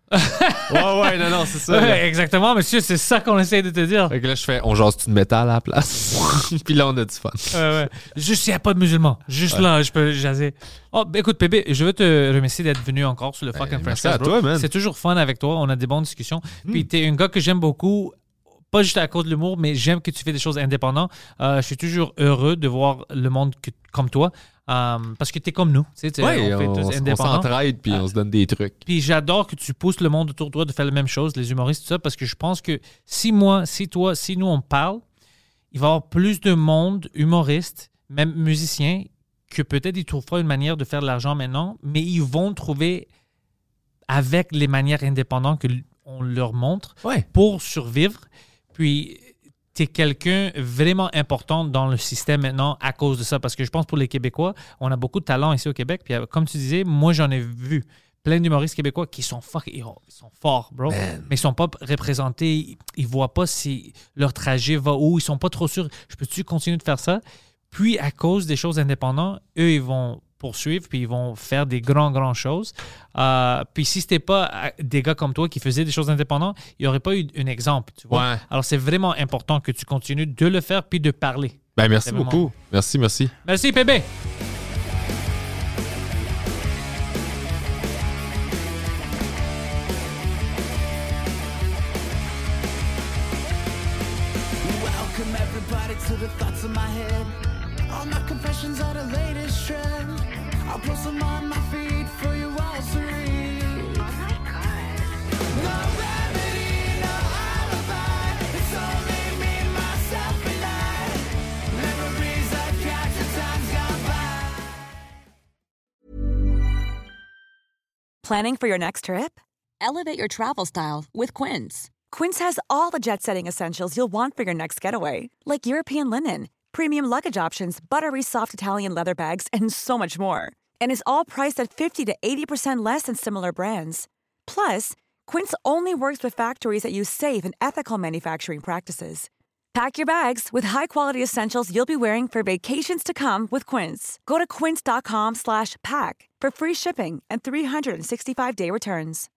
ouais, ouais, non, non, c'est ça. Ouais, exactement, monsieur, c'est ça qu'on essaie de te dire. Fait que là, je fais, on jase-tu de métal à la place? Puis là, on a du fun. Ouais, ouais. Juste, il n'y a pas de musulmans. Juste ouais. là, je peux jaser. Oh, ben, écoute, Pépé, je veux te remercier d'être venu encore sur le Fucking French Cast. Merci à toi, man. C'est toujours fun avec toi. On a des bonnes discussions. Mm. Puis, tu es un gars que j'aime beaucoup. Pas juste à cause de l'humour, mais j'aime que tu fais des choses indépendantes. Euh, je suis toujours heureux de voir le monde que, comme toi. Euh, parce que tu es comme nous. Tu sais, ouais, on, on, fait tous on s'entraide puis euh, on se donne des trucs. Puis j'adore que tu pousses le monde autour de toi de faire la même chose, les humoristes, tout ça, parce que je pense que si moi, si toi, si nous, on parle, il va y avoir plus de monde, humoristes, même musiciens, que peut-être ils ne trouvent pas une manière de faire de l'argent maintenant, mais ils vont trouver avec les manières indépendantes qu'on leur montre ouais. pour survivre. Puis, tu es quelqu'un vraiment important dans le système maintenant à cause de ça. Parce que je pense pour les Québécois, on a beaucoup de talent ici au Québec. Puis, comme tu disais, moi, j'en ai vu plein d'humoristes québécois qui sont, fuck, ils sont forts, bro. Man. Mais ils sont pas représentés. Ils ne voient pas si leur trajet va où. Ils sont pas trop sûrs. Je peux-tu continuer de faire ça? Puis, à cause des choses indépendantes, eux, ils vont poursuivre, puis ils vont faire des grands, grands choses. Euh, puis si c'était pas des gars comme toi qui faisaient des choses indépendantes, il n'y aurait pas eu un exemple, tu vois. Ouais. Alors, c'est vraiment important que tu continues de le faire puis de parler. Ben, merci c'est beaucoup. Vraiment... Merci, merci. Merci, P B. Welcome everybody to the thoughts of my head. All my confessions are the latest trend. I'll post them on my feed for you all to read. Oh my God. No remedy, no alibi. It's only me, myself, and I. Memories I've captured, time's gone by. Planning for your next trip? Elevate your travel style with Quince. Quince has all the jet-setting essentials you'll want for your next getaway, like European linen, premium luggage options, buttery soft Italian leather bags, and so much more. And is all priced at fifty to eighty percent less than similar brands. Plus, Quince only works with factories that use safe and ethical manufacturing practices. Pack your bags with high-quality essentials you'll be wearing for vacations to come with Quince. Go to quince.com slash pack for free shipping and three sixty-five day returns.